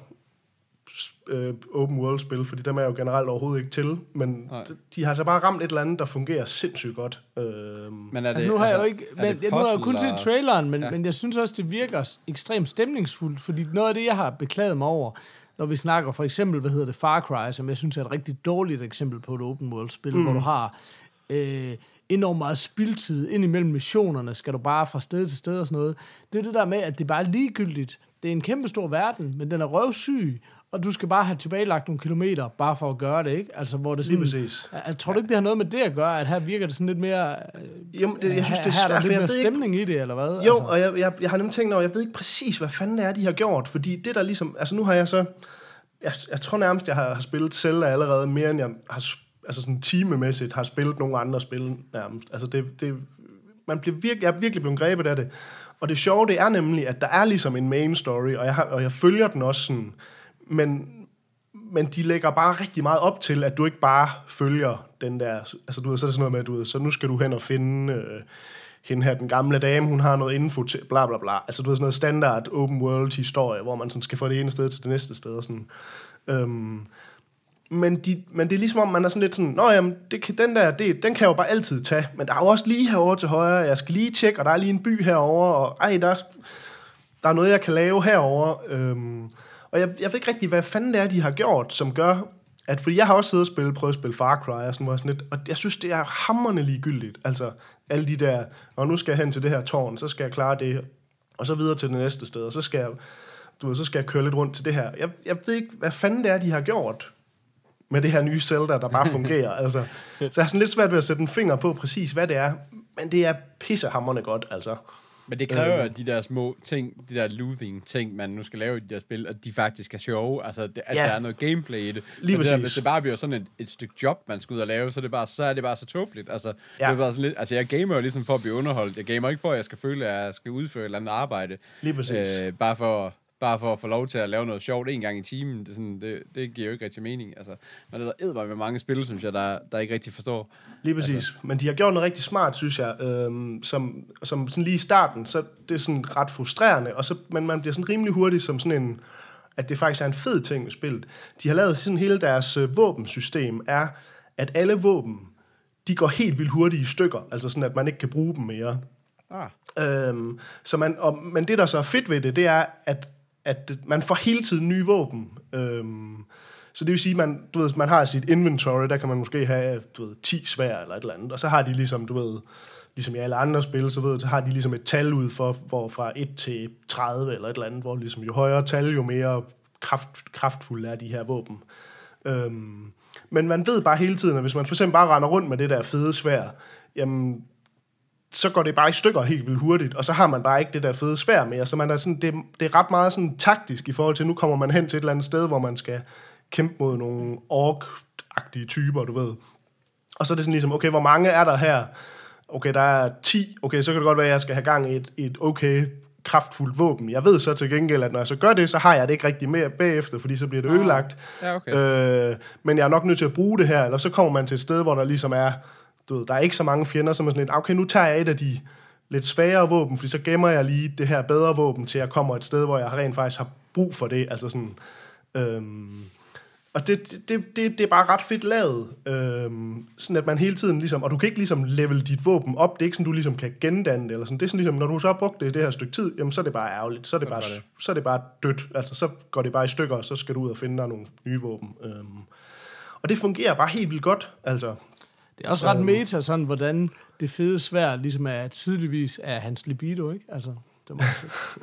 øh, open world-spil, fordi dem er jo generelt overhovedet ikke til, men de, de har så bare ramt et eller andet, der fungerer sindssygt godt. Øhm, men er det, altså, nu har jeg jo ikke, men, nu har jeg jo kun set traileren, men, ja. men jeg synes også, det virker ekstremt stemningsfuldt, fordi noget af det, jeg har beklaget mig over, når vi snakker for eksempel, hvad hedder det, Far Cry, som jeg synes er et rigtig dårligt eksempel på et open world-spil, mm. hvor du har øh, enormt meget spildtid ind imellem missionerne, skal du bare fra sted til sted og sådan noget. Det er det der med, at det bare er ligegyldigt. Det er en kæmpe stor verden, men den er røvsyg, og du skal bare have tilbagelagt nogle kilometer, bare for at gøre det, ikke? Altså, hvor det sådan... Lige præcis. Jeg tror du ikke, det har noget med det at gøre, at her virker det sådan lidt mere... Jamen, det, jeg synes, det er svært, her er der lidt mere stemning ikke, i det, eller hvad? Jo, altså. og jeg, jeg, jeg har nemlig tænkt over, jeg ved ikke præcis, hvad fanden det er, de har gjort, fordi det der ligesom... Altså, nu har jeg så... Jeg, jeg tror nærmest, jeg har, har spillet Zelda allerede mere, end jeg har... Altså, sådan timemæssigt har spillet nogle andre spil nærmest. Altså, det... det man bliver virkelig, jeg er virkelig blevet grebet af det. Og det sjove, det er nemlig, at der er ligesom en main story, og jeg, har, og jeg følger den også sådan... Men... Men de lægger bare rigtig meget op til, at du ikke bare følger den der... Altså, du ved, så er det sådan noget med, at du ved, så nu skal du hen og finde øh, hende her, den gamle dame, hun har noget info til, bla bla bla. Altså, du ved, sådan noget standard open world historie, hvor man sådan skal få det ene sted til det næste sted og sådan. Øhm, men, de, men det er ligesom om, man er sådan lidt sådan, nå jamen, det kan, den der, det, den kan jeg jo bare altid tage, men der er jo også lige herovre til højre, jeg skal lige tjekke, og der er lige en by herovre, og ej, der, der er noget, jeg kan lave herovre. Øhm, Og jeg, jeg ved ikke rigtig, hvad fanden det er, de har gjort, som gør, at... Fordi jeg har også siddet og spillet, prøvet at spille Far Cry og sådan, sådan lidt, og jeg synes, det er hamrende ligegyldigt. Altså, alle de der... Og nu skal jeg hen til det her tårn, så skal jeg klare det, og så videre til det næste sted, og så skal jeg, du ved, så skal jeg køre lidt rundt til det her. Jeg, jeg ved ikke, hvad fanden det er, de har gjort med det her nye Zelda, der bare fungerer. altså. Så jeg har sådan lidt svært ved at sætte en finger på præcis, hvad det er, men det er pissehamrende godt, altså. Men det kræver, at de der små ting, de der looting-ting, man nu skal lave i de der spil, at de faktisk er sjove. Altså, det, at ja. der er noget gameplay i det. Lige det præcis. Der, hvis det bare bliver sådan et, et stykke job, man skal ud og lave, så er det bare så, er det bare så tåbeligt. Altså, ja. det er bare sådan lidt, altså, jeg gamer jo ligesom for at blive underholdt. Jeg gamer ikke for, at jeg skal føle, at jeg skal udføre et eller andet arbejde. Lige præcis. Øh, bare for... bare for at få lov til at lave noget sjovt en gang i timen, det, sådan, det, det giver jo ikke rigtig mening. Altså, men det der edder med mange spil, synes jeg, der, der ikke rigtig forstår. Lige præcis. Altså. Men de har gjort noget rigtig smart, synes jeg, øhm, som, som sådan lige i starten, så det er sådan ret frustrerende, og så, men man bliver sådan rimelig hurtigt som sådan en, at det faktisk er en fed ting med spillet. De har lavet sådan hele deres øh, våbensystem, er, at alle våben, de går helt vildt hurtigt i stykker, altså sådan, at man ikke kan bruge dem mere. Ah. Øhm, så man, og, men det, der så er fedt ved det, det er, at at man får hele tiden nye våben. Øhm, så det vil sige, man, du ved, man har sit inventory, der kan man måske have, du ved, ti svær eller et eller andet, og så har de ligesom, du ved, ligesom i alle andre spil, så, ved, så har de ligesom et tal ud for, hvor fra et til tredive eller et eller andet, hvor ligesom jo højere tal, jo mere kraft, kraftfulde er de her våben. Øhm, men man ved bare hele tiden, at hvis man for eksempel bare render rundt med det der fede svær, jamen, så går det bare i stykker helt vildt hurtigt, og så har man bare ikke det der fede svær mere, så man er sådan, det, det er ret meget sådan taktisk i forhold til, nu kommer man hen til et eller andet sted, hvor man skal kæmpe mod nogle ork-agtige typer, du ved. Og så er det sådan ligesom, okay, hvor mange er der her? Okay, der er ti. Okay, så kan det godt være, at jeg skal have gang i et, et okay kraftfuldt våben. Jeg ved så til gengæld, at når jeg så gør det, så har jeg det ikke rigtig mere bagefter, fordi så bliver det ødelagt. Ja, okay. øh, men jeg er nok nødt til at bruge det her, eller så kommer man til et sted, hvor der ligesom er, du ved, der er ikke så mange fjender, som er sådan et, okay, nu tager jeg et af de lidt svagere våben, fordi så gemmer jeg lige det her bedre våben, til jeg kommer et sted, hvor jeg rent faktisk har brug for det. Altså sådan, øhm, og det, det, det, det er bare ret fedt lavet, øhm, sådan at man hele tiden ligesom, og du kan ikke ligesom level dit våben op, det er ikke sådan, du ligesom kan gendanne det, eller sådan, det er sådan ligesom, når du så har brugt det i det her stykke tid, jamen så er det bare ærgerligt, så er det bare, så er det bare dødt, altså så går det bare i stykker, og så skal du ud og finde dig nogle nye våben. Øhm, og det fungerer bare helt vildt godt, altså. Det er også ret meta, sådan, hvordan det fede svær ligesom er tydeligvis af hans libido, ikke? Altså, det må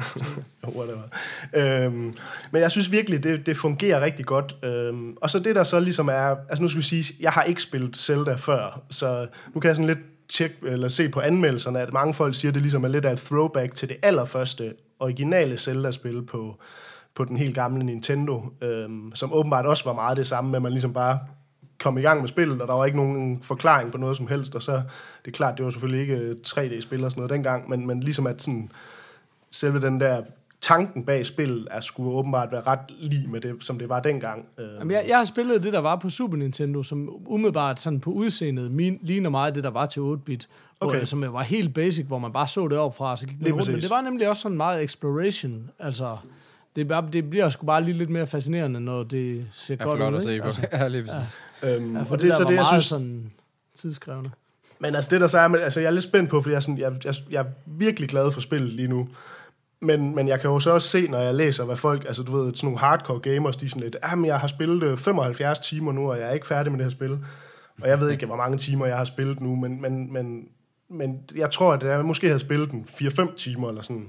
jo, whatever. Øhm, men jeg synes virkelig, det, det fungerer rigtig godt. Øhm, og så det, der så ligesom er... Altså nu skal vi sige, jeg har ikke spillet Zelda før, så nu kan jeg sådan lidt tjekke, eller se på anmeldelserne, at mange folk siger, at det ligesom er lidt af et throwback til det allerførste originale Zelda-spil på, på den helt gamle Nintendo, øhm, som åbenbart også var meget det samme, med at man ligesom bare kom i gang med spillet, og der var ikke nogen forklaring på noget som helst, og så, det er klart, det var selvfølgelig ikke tre D-spil og sådan noget dengang, men, men ligesom at sådan, selve den der tanken bag spillet er skulle åbenbart være ret lige med det, som det var dengang. Jamen, jeg, jeg har spillet det, der var på Super Nintendo, som umiddelbart sådan på udseendet min, ligner meget det, der var til otte bit. Okay. Hvor, som var helt basic, hvor man bare så det op fra, så gik man rundt. Men det var nemlig også sådan meget exploration. Altså, det, bare, det bliver sgu bare lige lidt mere fascinerende, når det ser jeg godt ud. At se på. Altså, ja, lige præcis. Ja. Øhm, ja, for det, det, så det, jeg synes, sådan tidskrævende. Men altså det, der så er med, altså jeg er lidt spændt på, fordi jeg er, sådan, jeg, jeg, jeg er virkelig glad for spillet lige nu. Men, men jeg kan jo så også se, når jeg læser, hvad folk, altså du ved, sådan nogle hardcore gamers, de er sådan lidt, jamen jeg har spillet femoghalvfjerds timer nu, og jeg er ikke færdig med det her spil. Og jeg ved ikke, hvor mange timer jeg har spillet nu, men, men, men, men jeg tror, at jeg måske havde spillet den fire fem timer eller sådan.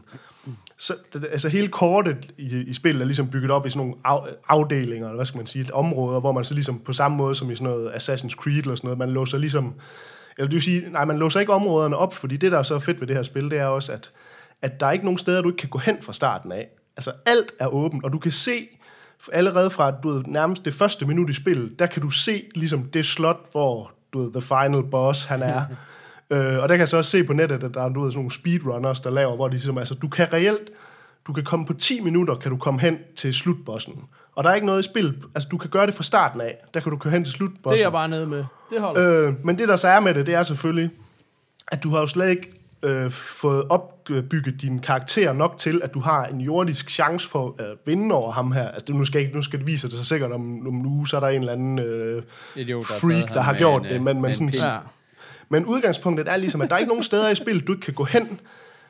Så altså hele kortet i, i spillet er ligesom bygget op i sådan nogle af, afdelinger, eller hvad skal man sige, områder, hvor man så ligesom på samme måde som i sådan noget Assassin's Creed eller sådan noget, man låser ligesom, eller det vil sige, nej, man låser ikke områderne op, fordi det, der er så fedt ved det her spil, det er også, at at der er ikke nogen steder, du ikke kan gå hen fra starten af. Altså, alt er åbent, og du kan se, allerede fra du ved, nærmest det første minut i spillet, der kan du se ligesom det slot, hvor du ved, the final boss, han er. øh, og der kan jeg så også se på nettet, at der er du ved, sådan nogle speedrunners, der laver, hvor de ligesom, altså, du kan reelt, du kan komme på ti minutter, kan du komme hen til slutbossen. Og der er ikke noget i spillet, altså, du kan gøre det fra starten af, der kan du køre hen til slutbossen. Det er jeg bare nede med. Det holder. Øh, men det, der så er med det, det er selvfølgelig, at du har jo slet ikke Øh, fået opbygget din karakter nok til, at du har en jordisk chance for at vinde over ham her. Altså, nu skal, ikke, nu skal det vise sig sikkert om, om en uge, så er der en eller anden øh, Idiot, der freak, der har gjort en, det. Men, men, sådan, ja. men udgangspunktet er ligesom, at der er ikke nogen steder i spillet, du ikke kan gå hen,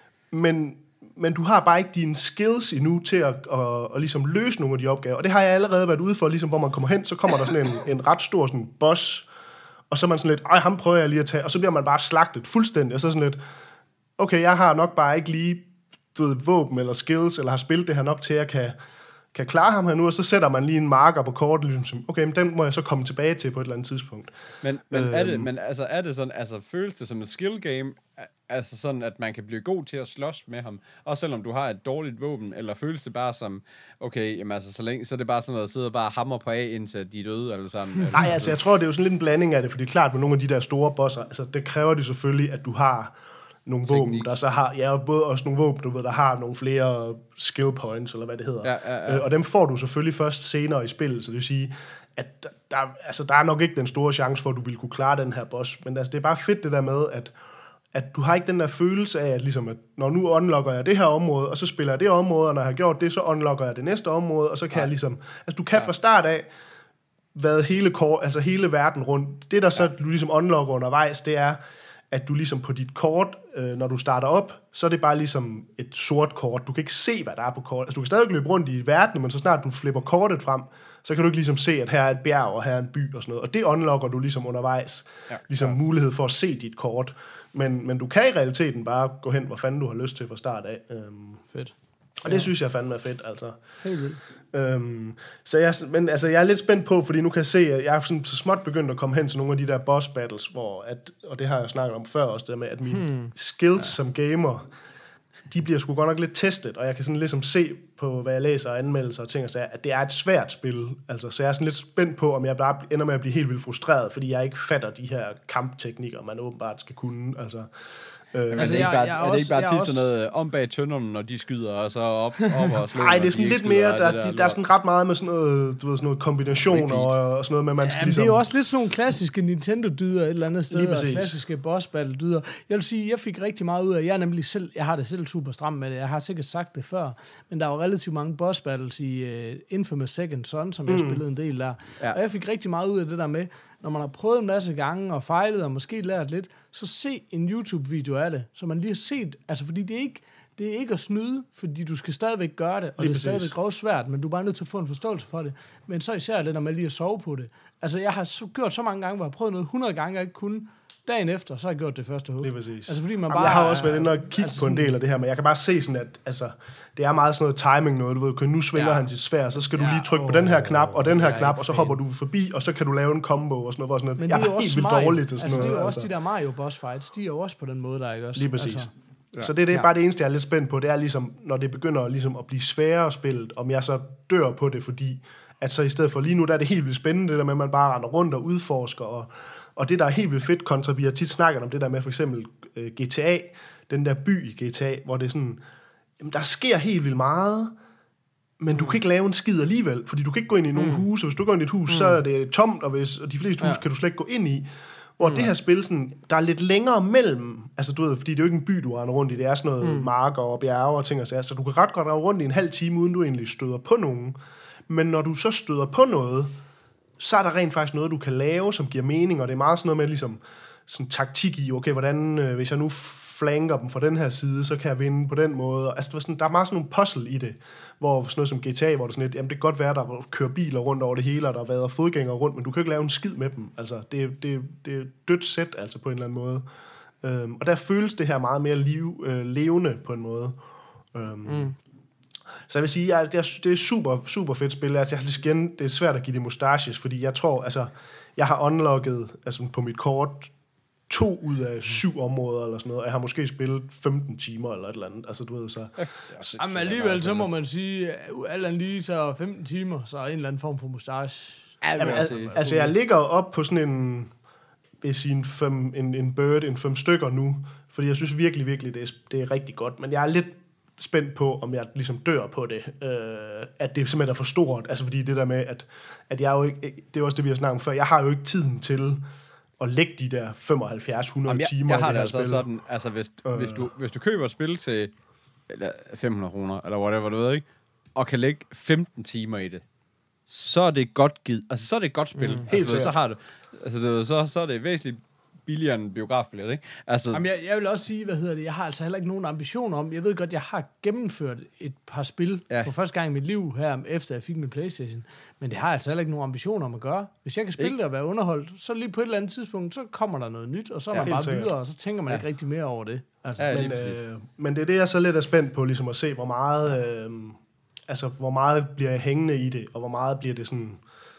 men, men du har bare ikke dine skills endnu til at, at, at, at ligesom løse nogle af de opgaver. Og det har jeg allerede været ude for, ligesom, hvor man kommer hen, så kommer der sådan en, en ret stor sådan, boss, og så er man sådan lidt, ej, ham prøver jeg lige at tage, og så bliver man bare slagtet fuldstændig, og så sådan lidt, okay, jeg har nok bare ikke lige du ved, våben eller skills, eller har spillet det her nok til, at jeg kan, kan klare ham her nu, og så sætter man lige en marker på kortet, ligesom, okay, men den må jeg så komme tilbage til på et eller andet tidspunkt. Men, men, øhm, er, det, men altså, er det sådan, altså føles det som et skill game, altså sådan, at man kan blive god til at slås med ham, også selvom du har et dårligt våben, eller føles det bare som, okay, jamen altså, så længe, så er det bare sådan noget, at sidde og bare hammer på af, indtil de er døde alle sammen? Nej, altså, jeg tror, det er jo sådan lidt en blanding af det, fordi klart med nogle af de der store bosser, altså, det kræver det selvfølgelig, at du har nogle teknik. Våben, der så har, ja, både også nogle våben, du ved, der har nogle flere skill points, eller hvad det hedder. Ja, ja, ja. Øh, og dem får du selvfølgelig først senere i spillet, så det vil sige, at der, altså, der er nok ikke den store chance for, at du vil kunne klare den her boss, men altså, det er bare fedt det der med, at, at du har ikke den der følelse af, at, ligesom, at når nu unlocker jeg det her område, og så spiller jeg det område, og når jeg har gjort det, så unlocker jeg det næste område, og så kan ja. jeg ligesom, altså du kan fra start af, hvad hele, kort, altså hele verden rundt, det der så, du ligesom unlocker undervejs, det er, at du ligesom på dit kort, øh, når du starter op, så er det bare ligesom et sort kort. Du kan ikke se, hvad der er på kortet. Altså, du kan stadig løbe rundt i verden, men så snart du flipper kortet frem, så kan du ikke ligesom se, at her er et bjerg, og her er en by og sådan noget. Og det unlocker du ligesom undervejs. Ja, ligesom ja. mulighed for at se dit kort. Men, men du kan i realiteten bare gå hen, hvor fanden du har lyst til fra start af. Øhm, fedt. Og det ja. synes jeg fandme er fedt, altså. Helt vildt. Øhm, så jeg, men altså, jeg er lidt spændt på, fordi nu kan jeg se, at jeg er sådan, så småt begyndt at komme hen til nogle af de der boss battles, hvor, at, og det har jeg snakket om før også, det med, at mine hmm. skills ja. som gamer, de bliver sgu godt nok lidt testet, og jeg kan sådan ligesom se på, hvad jeg læser og anmeldelser og ting og sager, at det er et svært spil. Altså, så jeg er sådan lidt spændt på, om jeg bare ender med at blive helt vildt frustreret, fordi jeg ikke fatter de her kampteknikker, man åbenbart skal kunne. Altså, Øh, altså, er det ikke bare, jeg, jeg er det ikke bare tit sådan noget om bag tønderne, når de skyder, og så op, op og slår? Nej, det er sådan de lidt mere, der, der, de, der er sådan ret meget med sådan noget, du ved, sådan noget kombinationer og, og sådan noget med, man ja, skal ligesom... det er jo også lidt sådan nogle klassiske Nintendo-dyder et eller andet sted, og klassiske boss battle-dyder. Jeg vil sige, jeg fik rigtig meget ud af, jeg er nemlig selv, jeg har det selv super stramt med det, jeg har sikkert sagt det før, men der er jo relativt mange boss battles i uh, Infamous Second Son, som mm. jeg spillede en del der, ja. og jeg fik rigtig meget ud af det der med, når man har prøvet en masse gange og fejlet og måske lært lidt, så se en YouTube-video af det, så man lige har set, altså fordi det er ikke, det er ikke at snyde, fordi du skal stadigvæk gøre det, og lige det er stadigvæk grovt svært, men du er bare nødt til at få en forståelse for det. Men så især det der med lige at sove på det. Altså jeg har så gjort så mange gange, hvor jeg har prøvet noget hundrede gange, jeg ikke kunne. Dagen efter, så har jeg gjort det første hug. Det er præcis. Altså, fordi man Jamen, bare, jeg har også været inde og kigge altså på en del af det her, men jeg kan bare se sådan, at altså, det er meget sådan noget timing noget. Du ved, okay, nu svinger ja. han sit sværd, så skal du ja, lige trykke åh, på den her knap og den her knap, og så hopper du forbi, og så kan du lave en combo og sådan noget. Sådan noget. Jeg er, er helt vildt dårlig til sådan altså, noget. Det er jo altså. også de der Mario boss fights, de er jo også på den måde, der ikke også. Lige præcis. Altså. Ja. Så det er det, bare det eneste, jeg er lidt spændt på, det er ligesom, når det begynder ligesom at blive sværere spillet, om jeg så dør på det, fordi at så i stedet for lige nu, der er det helt vildt spændende, det der med, at man bare render rundt og udforsker, og, og det, der er helt vildt fedt kontra, vi har tit snakket om det der med for eksempel uh, G T A, den der by i G T A, hvor det er sådan, jamen, der sker helt vildt meget, men du kan ikke lave en skid alligevel, fordi du kan ikke gå ind i nogle mm. huse, og hvis du går ind i et hus, mm. så er det tomt, og, hvis, og de fleste huse ja. kan du slet ikke gå ind i. Hvor mm. det her spil, sådan, der er lidt længere mellem, altså du ved, fordi det er jo ikke en by, du render rundt i, det er sådan noget mm. marker og bjerge og ting og sager, så du kan ret godt rende rundt i en halv time, uden du egentlig støder på nogen. Men når du så støder på noget, så er der rent faktisk noget, du kan lave, som giver mening, og det er meget sådan noget med ligesom sådan taktik i, okay, hvordan, øh, hvis jeg nu flanker dem fra den her side, så kan jeg vinde på den måde. Altså, der er, sådan, der er meget sådan nogle puzzle i det, hvor sådan noget som G T A, hvor det sådan lidt, jamen det kan godt være, der kører biler rundt over det hele, og der har været fodgængere rundt, men du kan ikke lave en skid med dem. Altså, det, det, det er dødt sæt, altså på en eller anden måde. Øhm, og der føles det her meget mere liv, øh, levende på en måde. Øhm, mm. Så jeg vil sige, at det er super, super fedt spil. Altså, jeg igen, det er svært at give det mustaches, fordi jeg tror, altså, jeg har unlocket altså, på mit kort to ud af syv områder, eller sådan noget, og jeg har måske spillet femten timer, eller et eller andet. Altså, du ved, så... Jamen alligevel, så må man sige, alt andet lige, så femten timer, så en eller anden form for mustache. Jamen, al- altså, jeg ligger op på sådan en, vil sige, en, fem, en, en bird, en fem stykker nu, fordi jeg synes virkelig, virkelig, det er, det er rigtig godt, men jeg er lidt spændt på, om jeg ligesom dør på det, øh, at det simpelthen er for stort, altså fordi det der med, at, at jeg jo ikke, det er også det, vi har snakket om før, jeg har jo ikke tiden til at lægge de der femoghalvfjerds hundrede jeg, timer jeg har i det her altså spil. Sådan, altså hvis, øh. hvis, du, hvis du køber et spil til eller fem hundrede kroner, eller whatever, du ved ikke, og kan lægge femten timer i det, så er det godt givet, altså så er det et godt spil. Mm. Helt altså, så har du, altså det, så, så er det væsentligt billigere end biografbillet, ikke? Altså, Jamen, jeg, jeg vil også sige, hvad hedder det, jeg har altså heller ikke nogen ambition om, jeg ved godt, jeg har gennemført et par spil ja. for første gang i mit liv her, efter jeg fik min PlayStation, men det har jeg altså heller ikke nogen ambition om at gøre. Hvis jeg kan spille ikke. det og være underholdt, så lige på et eller andet tidspunkt, så kommer der noget nyt, og så er ja, man bare sikkert. videre, og så tænker man ja. ikke rigtig mere over det. Altså, ja, men, øh, men det er det, jeg så lidt er spændt på, ligesom at se, hvor meget, øh, altså, hvor meget bliver jeg hængende i det, og hvor meget bliver det sådan...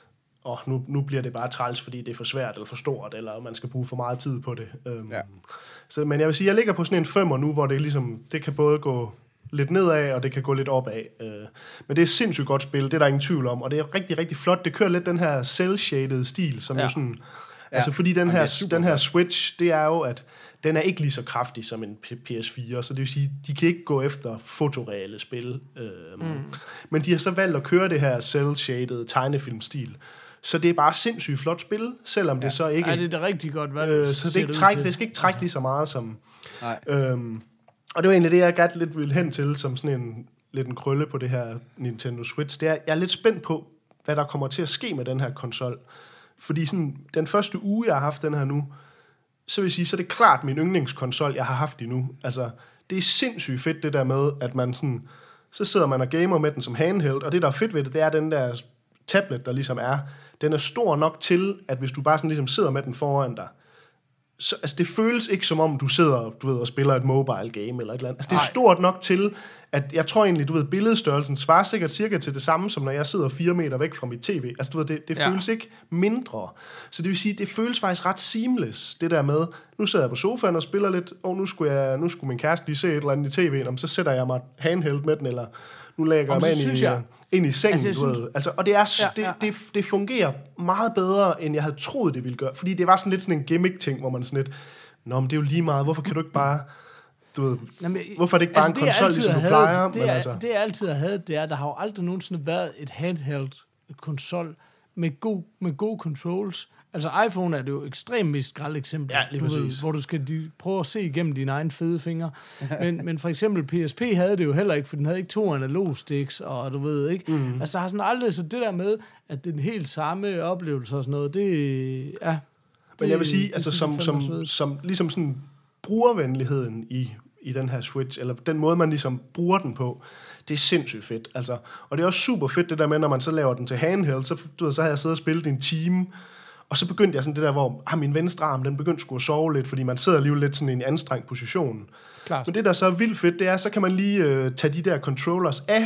og nu, nu bliver det bare træls, fordi det er for svært eller for stort, eller man skal bruge for meget tid på det. Øhm, ja. så, men jeg vil sige, jeg ligger på sådan en femmer nu, hvor det ligesom, det kan både gå lidt nedad, og det kan gå lidt opad. Øh, men det er sindssygt godt spil, det er der ingen tvivl om, og det er rigtig, rigtig flot. Det kører lidt den her cel-shaded stil, som ja. jo sådan... Ja. Altså fordi den her, den her Switch, det er jo, at den er ikke lige så kraftig som en P S fire, så det vil sige, de kan ikke gå efter fotoreale spil. Øhm, mm. Men de har så valgt at køre det her cel-shaded tegnefilmstil. Så det er bare sindssygt flot spil, selvom ja. det så ikke... Ja, det er da rigtig godt, hvad øh, Så det, ikke træk, det skal ikke trække lige så meget som... Nej. Øhm, og det var egentlig det, jeg godt lidt ville hen til, som sådan en lidt en krølle på det her Nintendo Switch. Det er, jeg er lidt spændt på, hvad der kommer til at ske med den her konsol. Fordi sådan, den første uge, jeg har haft den her nu, så vil jeg sige, så er det klart min yndlingskonsol, jeg har haft endnu. Altså, det er sindssygt fedt, det der med, at man sådan... Så sidder man og gamer med den som handheld, og det, der er fedt ved det, det er den der tablet, der ligesom er... Den er stor nok til, at hvis du bare sådan ligesom sidder med den foran dig, så, altså det føles ikke som om, du sidder du ved, og spiller et mobile game eller et eller andet. Altså det er Ej. stort nok til, at jeg tror egentlig, du ved, billedstørrelsen svarer sikkert cirka til det samme, som når jeg sidder fire meter væk fra mit tv. Altså du ved, det, det ja. føles ikke mindre. Så det vil sige, det føles faktisk ret seamless, det der med, nu sidder jeg på sofaen og spiller lidt, og nu skulle, jeg, nu skulle min kæreste lige se et eller andet i tv'en, så sætter jeg mig handheld med den, eller nu lægger jeg mig ind i... Jeg, ind i sengen, altså, du ved. Altså, og det, er, ja, ja. Det, det, det fungerer meget bedre, end jeg havde troet, det ville gøre. Fordi det var sådan lidt sådan en gimmick-ting, hvor man sådan lidt, nå, men det er jo lige meget, hvorfor kan du ikke bare, du ved, Jamen, hvorfor er det ikke bare altså, en konsol, ligesom du plejer? Det, men er, altså. det jeg altid har haft, det er, der har jo aldrig nogensinde været et handheld-konsol med god, med gode controls. Altså iPhone er det jo ekstremt mest skrald eksempel, ja, du ved, hvor du skal de, prøve at se igennem dine egne fede fingre. Men, men for eksempel P S P havde det jo heller ikke, for den havde ikke to analog sticks, og du ved ikke. Mm. Altså der har sådan aldrig, så det der med, at det er den helt samme oplevelse og sådan noget, det ja. Men jeg vil sige, det, altså det, som, som, som, som ligesom sådan brugervenligheden i, i den her Switch, eller den måde, man ligesom bruger den på, det er sindssygt fedt. Altså, og det er også super fedt det der med, når man så laver den til handheld, så, du ved, så har jeg siddet og spillet en time, og så begyndte jeg sådan det der, hvor ah, min venstre arm, den begyndte sgu at sove lidt, fordi man sidder alligevel lidt sådan i en anstrengt position. Klart. Men det, der så er vildt fedt, det er, så kan man lige øh, tage de der controllers af,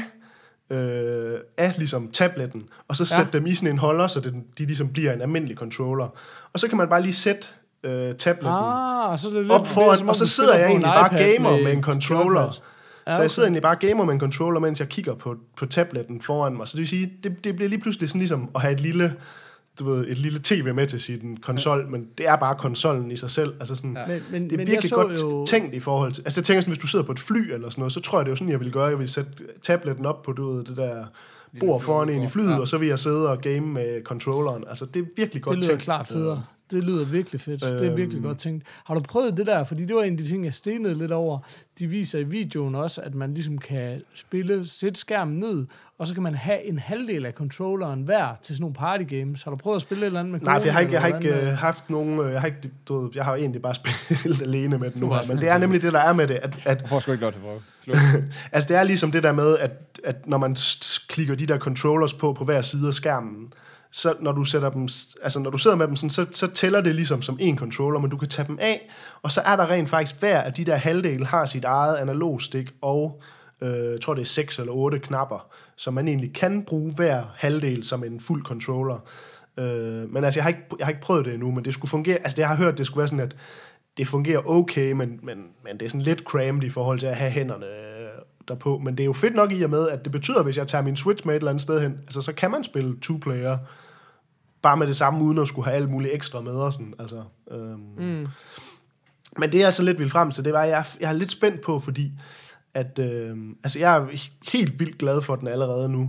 øh, af ligesom tabletten, og så ja. sætte dem i sådan en holder, så det, de ligesom bliver en almindelig controller. Og så kan man bare lige sætte øh, tabletten ah, så det op foran, og så sidder jeg egentlig bare gamer med, med en controller. Ja, okay. Så jeg sidder egentlig bare gamer med en controller, mens jeg kigger på, på tabletten foran mig. Så det vil sige, det, det bliver lige pludselig sådan ligesom at have et lille... du ved, et lille tv med til sin konsol, ja. Men det er bare konsollen i sig selv. Altså sådan, ja. men, men, det er men virkelig godt jo... tænkt i forhold til... Altså jeg tænker sådan, hvis du sidder på et fly eller sådan noget, så tror jeg, det er jo sådan, jeg vil gøre. Jeg vil sætte tabletten op på du ved, det der bord foran en i flyet, ja. Og så vil jeg sidde og game med controlleren. Altså det er virkelig godt tænkt. Det lyder klart federe. Det lyder virkelig fedt. Øhm. Det er virkelig godt tænkt. Har du prøvet det der? Fordi det var en af de ting, jeg stenede lidt over. De viser i videoen også, at man ligesom kan spille, sætte skærmen ned, og så kan man have en halvdel af controlleren hver til sådan nogle partygames. Har du prøvet at spille et eller andet med Nej, for jeg har ikke, jeg har ikke uh, haft nogen... Jeg har, ikke, du ved, jeg har egentlig bare spillet alene med den nu her. Men det er nemlig det, der er med det. At, at, jeg får sgu ikke lov til at prøve. Altså det er ligesom det der med, at, at når man klikker de der controllers på, på hver side af skærmen, så når du sætter dem, altså når du sidder med dem sådan, så, så tæller det ligesom som en controller, men du kan tage dem af, og så er der rent faktisk hver af de der halvdele har sit eget analogstik og øh, jeg tror det er seks eller otte knapper, som man egentlig kan bruge hver halvdel som en fuld controller. Øh, men altså jeg har ikke jeg har ikke prøvet det endnu, men det skulle fungere. Altså jeg har hørt det skulle være sådan at det fungerer okay, men men men det er sådan lidt cramped i forhold til at have hænderne derpå, men det er jo fedt nok i og med, at det betyder, hvis jeg tager min Switch med et eller andet sted hen, altså så kan man spille two-player, bare med det samme, uden at skulle have alt muligt ekstra med og sådan, altså. Øhm. Mm. Men det er så lidt vildt frem, så det var, jeg, jeg er lidt spændt på, fordi, at, øhm, altså jeg er helt vildt glad for den allerede nu,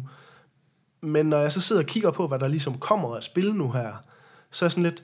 men når jeg så sidder og kigger på, hvad der ligesom kommer at spille nu her, så er jeg sådan lidt,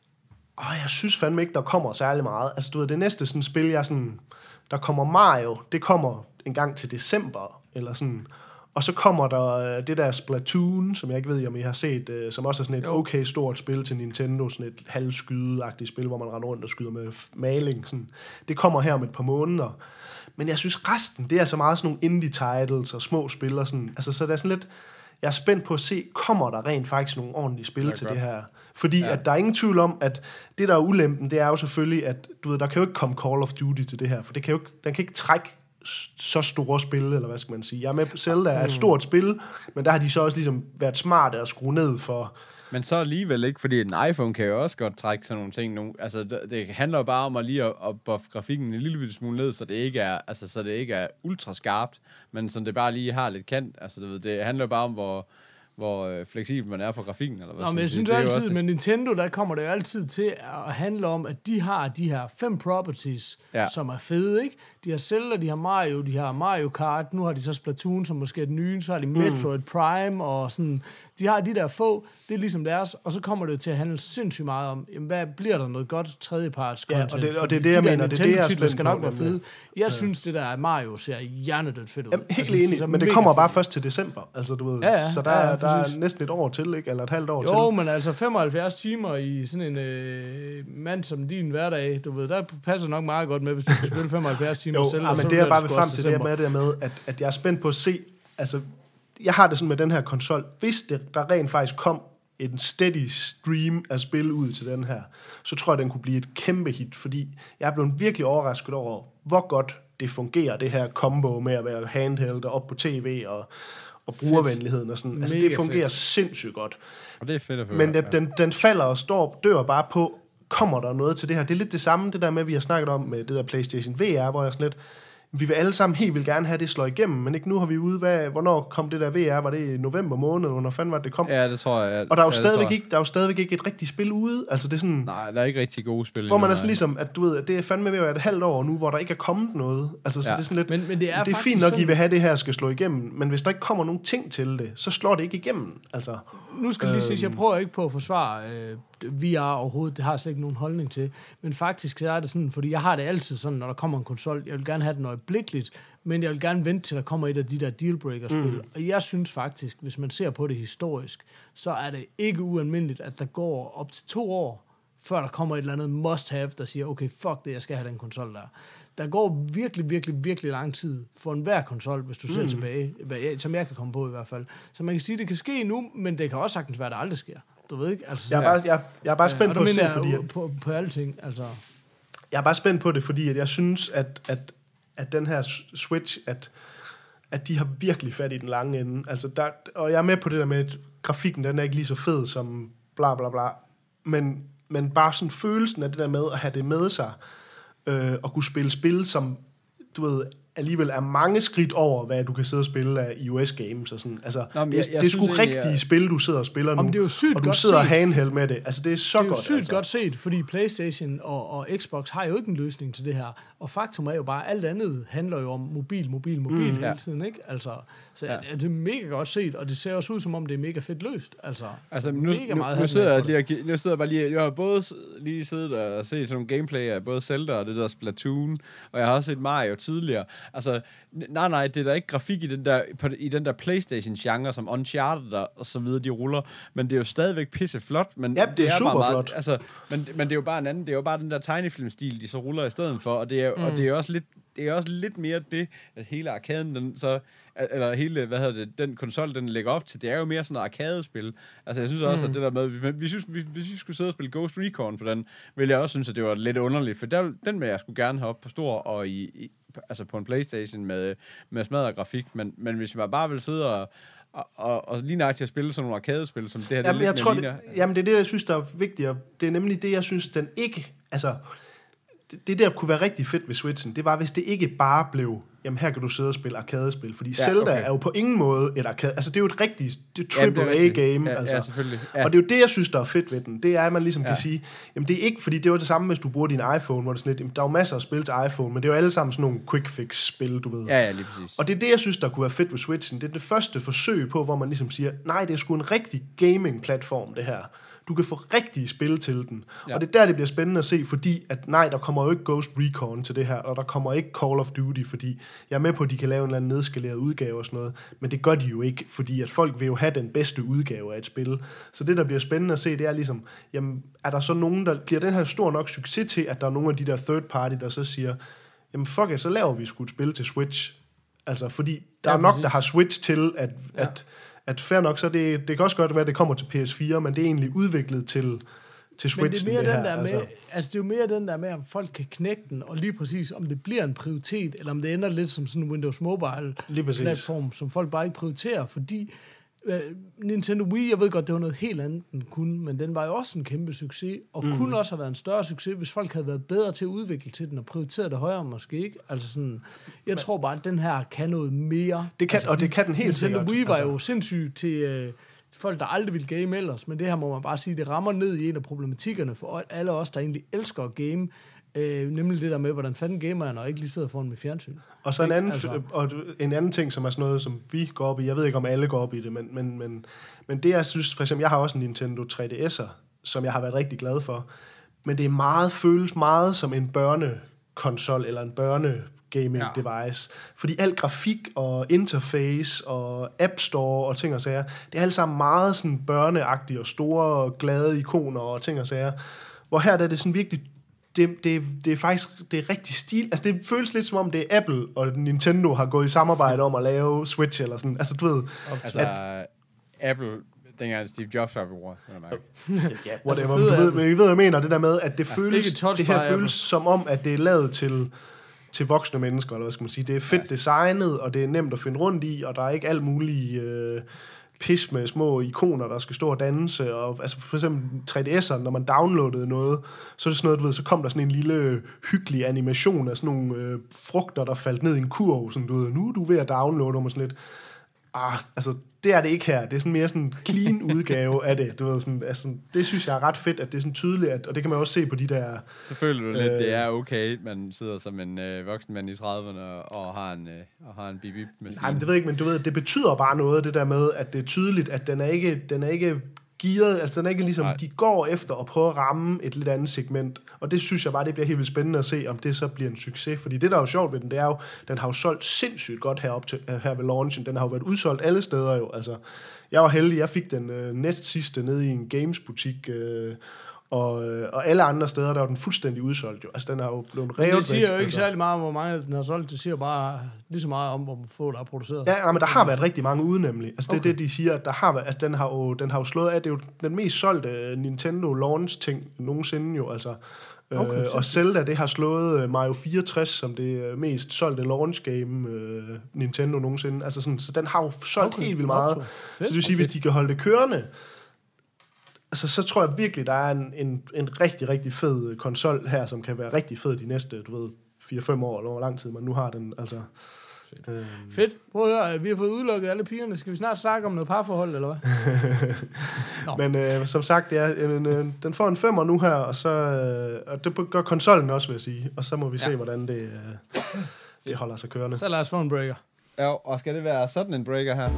åh, jeg synes fandme ikke, der kommer særlig meget. Altså du ved, det næste sådan spil, jeg sådan, der kommer Mario, det kommer en gang til december, eller sådan. Og så kommer der det der Splatoon, som jeg ikke ved, om I har set, øh, som også er sådan et okay stort spil til Nintendo, sådan et halvskydeagtigt spil, hvor man render rundt og skyder med maling. Sådan. Det kommer her om et par måneder. Men jeg synes resten, det er så meget sådan nogle indie titles og små spil og sådan. Altså, så det er sådan lidt, jeg er spændt på at se, kommer der rent faktisk nogle ordentlige spil til godt. Det her? Fordi ja. At der er ingen tvivl om, at det der er ulempen, det er jo selvfølgelig, at du ved, der kan jo ikke komme Call of Duty til det her, for det kan jo ikke, den kan ikke trække så store spil, eller hvad skal man sige. Jeg er med på Zelda er et stort spil, men der har de så også ligesom været smarte at skrue ned for... Men så alligevel ikke, fordi en iPhone kan jo også godt trække sådan nogle ting. Nogle, altså, det, det handler jo bare om at lige at, at buffe grafikken en lille smule ned, så det ikke er, altså, så det ikke er ultra skarpt, men så det bare lige har lidt kant. Altså, det, det handler jo bare om, hvor... hvor øh, fleksibel man er på grafikken, eller hvad? Nå, men jeg synes det, det altid, med Nintendo, der kommer det jo altid til at handle om, at de har de her fem properties, ja. Som er fede, ikke? De har Zelda, de har Mario, de har Mario Kart, nu har de så Splatoon, som måske er den nye, så har de Metroid mm. Prime, og sådan, de har de der få, det er ligesom deres, og så kommer det til at handle sindssygt meget om, jamen, hvad bliver der noget godt tredjeparts content? Ja, og det, og det er det, jeg mener, det er det, jeg er spændt skal nok være fede. Jeg ja. synes, det der Mario ser hjernedødt fedt ud. Jamen, helt altså, enig, men det kommer bare først til december, altså du ved, ja, ja, så der, ja, ja, der er næsten et år til, ikke? Eller et halvt år jo, til. Jo, men altså femoghalvfjerds timer i sådan en øh, mand som din hverdag, du ved, der passer nok meget godt med, hvis du skal spille femoghalvfjerds timer jo, selv. Ja, men det er bare ved frem til det med, det med, at, at jeg er spændt på at se, altså, jeg har det sådan med den her konsol, hvis det, der rent faktisk kom en steady stream af spil ud til den her, så tror jeg, den kunne blive et kæmpe hit, fordi jeg er blevet virkelig overrasket over, hvor godt det fungerer, det her combo med at være handheld og op på tv og og brugervenligheden og sådan. Altså, det fungerer fedt. Sindssygt godt. Og det er fedt at høre. Men den, den, den falder og står, dør bare på, kommer der noget til det her? Det er lidt det samme, det der med, vi har snakket om med det der PlayStation V R, hvor jeg sådan lidt, vi vil alle sammen helt vil gerne have det slå igennem, men ikke nu har vi ude, hvad, hvornår kom det der V R? Var det i november måned? Hvornår fanden var det, det kom? Ja, det tror jeg. Ja, og der er, jo ja, stadigvæk ikke, der er jo stadigvæk ikke et rigtigt spil ude. Altså, det er sådan... Nej, der er ikke rigtig gode spil. Hvor man er sådan ligesom, at du ved, at det er fandme ved at være et halvt år nu, hvor der ikke er kommet noget. Altså, så ja. Det er sådan lidt... Men, men det er, det er fint nok, sådan... I vil have det her skal slå igennem, men hvis der ikke kommer nogen ting til det, så slår det ikke igennem. Altså... Nu skal jeg lige sige, jeg prøver ikke på at forsvare øh, V R overhovedet, det har jeg slet ikke nogen holdning til, men faktisk så er det sådan, fordi jeg har det altid sådan, når der kommer en konsol, jeg vil gerne have den øjeblikkeligt, men jeg vil gerne vente til, der kommer et af de der dealbreaker-spil. Mm. Og jeg synes faktisk, hvis man ser på det historisk, så er det ikke ualmindeligt, at der går op til to år, før der kommer et eller andet must-have, der siger, okay, fuck det, jeg skal have den konsol der. Der går virkelig, virkelig, virkelig lang tid for enhver konsol, hvis du ser mm. tilbage, som jeg kan komme på i hvert fald. Så man kan sige, det kan ske nu, men det kan også sagtens være, at det aldrig sker. Du ved ikke? Altså, jeg, er bare, jeg, jeg er bare spændt øh, på at se, fordi... At, på, på alle ting, altså... Jeg er bare spændt på det, fordi at jeg synes, at, at, at den her Switch, at, at de har virkelig fat i den lange ende. Altså der, og jeg er med på det der med, at grafikken, den er ikke lige så fed som bla bla bla. Men, men bare sådan følelsen af det der med at have det med sig, øh, og kunne spille spil, som, du ved, alligevel er mange skridt over, hvad du kan sidde og spille af iOS-games og sådan. Altså, Nå, det, jeg, det jeg er sgu synes rigtige jeg... spil, du sidder og spiller nu. Om det er jo sygt og du godt sidder set. handheld med det. Altså, det er så det er godt. jo sygt altså. godt set, fordi PlayStation og, og Xbox har jo ikke en løsning til det her. Og faktum er jo bare, at alt andet handler jo om mobil, mobil, mobil mm, hele ja. tiden, ikke? Altså, så Ja. ja. det er mega godt set, og det ser også ud, som om det er mega fedt løst. Altså, Altså, nu, mega nu, meget nu, sidder jeg for lige, og gi- nu sidder jeg bare lige... Jeg har både s- lige siddet og set sådan nogle gameplay af både Zelda og det der Splatoon, og jeg har også set Mario tidligere. Altså, n- nej, nej, det er der ikke grafik i den der, på, i den der PlayStation-genre, som Uncharted og, og så videre, de ruller, men det er jo stadigvæk pisse flot. Men Ja, det er super bare meget, flot. Altså, men, men det er jo bare en anden, det er jo bare den der tegnefilmstil, de så ruller i stedet for, og det er, mm. og det er også lidt det er også lidt mere det, at hele arkaden, den så, eller hele, hvad hedder det, den konsol, den lægger op til, det er jo mere sådan noget arkadespil. Altså, jeg synes også, mm. at det der med, hvis, vi synes, hvis, hvis vi skulle sidde og spille Ghost Recon på den, ville jeg også synes, at det var lidt underligt, for der, den vil jeg skulle gerne have op på stor, og i, i altså på en PlayStation med, med smadret grafik, men, men hvis man bare vil sidde og Og, og, og lige nok til at spille sådan nogle arkadespil, som det her, Jamen, det er jeg lidt tror, mere det, ligner. jamen, det er det, jeg synes, der er vigtigt. Det er nemlig det, jeg synes, den ikke... Altså, det, det der kunne være rigtig fedt ved Switchen, det var, hvis det ikke bare blev, jamen her kan du sidde og spille arkadespil, fordi ja, Zelda okay. er jo på ingen måde et arcade, altså det er jo et rigtigt, det er Jamen, det er triple A-game, ja, altså. Ja, selvfølgelig. Ja. Og det er jo det, jeg synes, der er fedt ved den, det er, at man ligesom ja. kan Ja. sige, jamen det er ikke, fordi det var det samme, hvis du bruger din iPhone, hvor det sådan lidt, jamen, der er jo masser af spil til iPhone, men det er jo alle sammen sådan nogle quick fix-spil, du ved. Ja, ja, lige præcis. Og det er det, jeg synes, der kunne være fedt ved Switchen. Det er det første forsøg på, hvor man ligesom siger, nej, det er sgu en rigtig gaming-platform, det her. Du kan få rigtige spil til den. Ja. Og det er der, det bliver spændende at se, fordi at nej, der kommer jo ikke Ghost Recon til det her, og der kommer ikke Call of Duty, fordi jeg er med på, at de kan lave en eller anden nedskaleret udgave og sådan noget, men det gør de jo ikke, fordi at folk vil jo have den bedste udgave af et spil. Så det, der bliver spændende at se, det er ligesom, jamen, er der så nogen, der bliver den her stor nok succes til, at der er nogle af de der third party, der så siger, jamen fuck it, så laver vi sgu et spil til Switch. Altså, fordi der Ja, er nok, præcis. der har Switch til, at, ja. at at fair nok, så det, det kan også godt være, at det kommer til P S fire, men det er egentlig udviklet til, til Switchen, Men det er mere det den her. der Altså. med, altså det er jo mere den der med, om folk kan knække den, og lige præcis, om det bliver en prioritet, eller om det ender lidt som sådan en Windows Mobile Lige præcis. platform, som folk bare ikke prioriterer, fordi øh, Nintendo Wii, jeg ved godt, det var noget helt andet, den kunne, men den var jo også en kæmpe succes, og mm. kunne også have været en større succes, hvis folk havde været bedre til at udvikle til den, og prioriteret det højere måske, ikke? Altså sådan, jeg men, tror bare, at den her kan noget mere. Det kan, altså, og det kan den helt Nintendo sikkert. Wii var altså. jo sindssygt til... Øh, folk, der aldrig vil game ellers, men det her må man bare sige, det rammer ned i en af problematikkerne for alle os, der egentlig elsker at game, øh, nemlig det der med, hvordan fanden gamer er, og ikke lige sidder foran med fjernsyn. Og så en anden, Altså. og en anden ting, som er sådan noget, som vi går op i, jeg ved ikke, om alle går op i det, men, men, men, men det, jeg synes, for eksempel, jeg har også en Nintendo tre D S'er, som jeg har været rigtig glad for, men det er meget, føles meget som en børnekonsol, eller en børne gaming ja. device. Fordi al grafik og interface og App Store og ting og sager, det er alt sammen meget sådan børneagtige og store glade ikoner og ting og sager. Hvor her der er det sådan virkelig, det, det, det er faktisk det er rigtig stil. Altså det føles lidt som om det er Apple og Nintendo har gået i samarbejde om at lave Switch eller sådan. Altså du ved. Altså, at, Apple, dengang Steve Jobs var bror. ja, whatever. Altså, Men du ved, Apple. men I ved, jeg mener det der med, at det Ja, føles, ikke touch det her by føles Apple. som om, at det er lavet til til voksne mennesker, eller hvad skal man sige. Det er fedt ja. designet, og det er nemt at finde rundt i, og der er ikke alt muligt øh, pis med små ikoner, der skal stå og danse. Og, altså for eksempel tre D S'eren, når man downloadede noget, så er det sådan noget, du ved, så kom der sådan en lille hyggelig animation af sådan nogle øh, frugter, der faldt ned i en kurv, sådan du ved, nu er du ved at downloade, og sådan lidt, ah, altså det er det ikke her. Det er sådan mere sådan en clean udgave af det. Du ved, sådan, altså, det synes jeg er ret fedt, at det er sådan tydeligt, at, og det kan man også se på de der... Så føler du lidt, øh, det er okay, man sidder som en øh, voksen mand i trediverne og, og har en, øh, og har en bip maskine. Nej, men det ved jeg ikke, men du ved, det betyder bare noget, det der med, at det er tydeligt, at den er ikke, den er ikke gearet, altså den er ikke ligesom, Nej. de går efter at prøve at ramme et lidt andet segment, og det synes jeg bare, det bliver helt vildt spændende at se, om det så bliver en succes, fordi det, der er jo sjovt ved den, det er jo, den har jo solgt sindssygt godt herop til, her ved launchen, den har jo været udsolgt alle steder jo, altså, jeg var heldig, jeg fik den øh, næst sidste nede i en Games-butik, øh, og, og alle andre steder, der var den fuldstændig udsolgt jo, altså den har jo blevet revet væk. Det siger jo ikke altså. særlig meget om, hvor mange den har solgt, det siger bare lige så meget om, hvor få der er produceret. Ja, nej, men der har været rigtig mange ude nemlig. Altså det er Okay. det, de siger, at der har været, altså den har jo, den har jo slået af, det er jo den mest solgte Nintendo launch ting nogensinde jo, altså. Okay, øh, og Zelda, det har slået Mario fireogtres som det mest solgte launch game øh, Nintendo nogensinde. Altså sådan, så den har jo solgt Okay, helt vildt godt meget. så. Så, Fedt. det vil sige, hvis de kan holde det kørende, altså så tror jeg virkelig, der er en, en, en rigtig, rigtig fed konsol her, som kan være rigtig fed de næste, du ved, fire fem år, eller hvor lang tid man nu har den. Altså, øh, Fedt. Prøv at høre, vi har fået udelukket alle pigerne. Skal vi snart snakke om noget parforhold, eller hvad? Men øh, som sagt, ja, en, en, den får en femmer nu her, og, så, øh, og det gør konsollen også, vil jeg sige. Og så må vi se, ja. hvordan det, øh, det holder sig kørende. Så lad os få en breaker. Ja, og skal det være sådan en breaker her?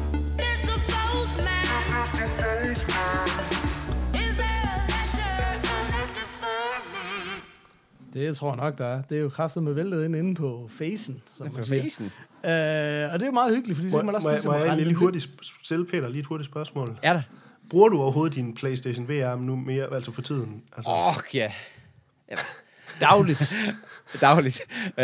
Det tror jeg nok, der er. Det er jo kraftigt med væltet ind inde på facen, som man siger. Facen? Øh, og det er jo meget hyggeligt, fordi så Må, kan man også må, ligesom må jeg rende lige lidt- hurtigt stille Peter lige et hurtigt spørgsmål? Ja da. Bruger du overhovedet din PlayStation V R nu mere, altså for tiden? Altså, Åh, oh, ja. Dagligt. Dagligt.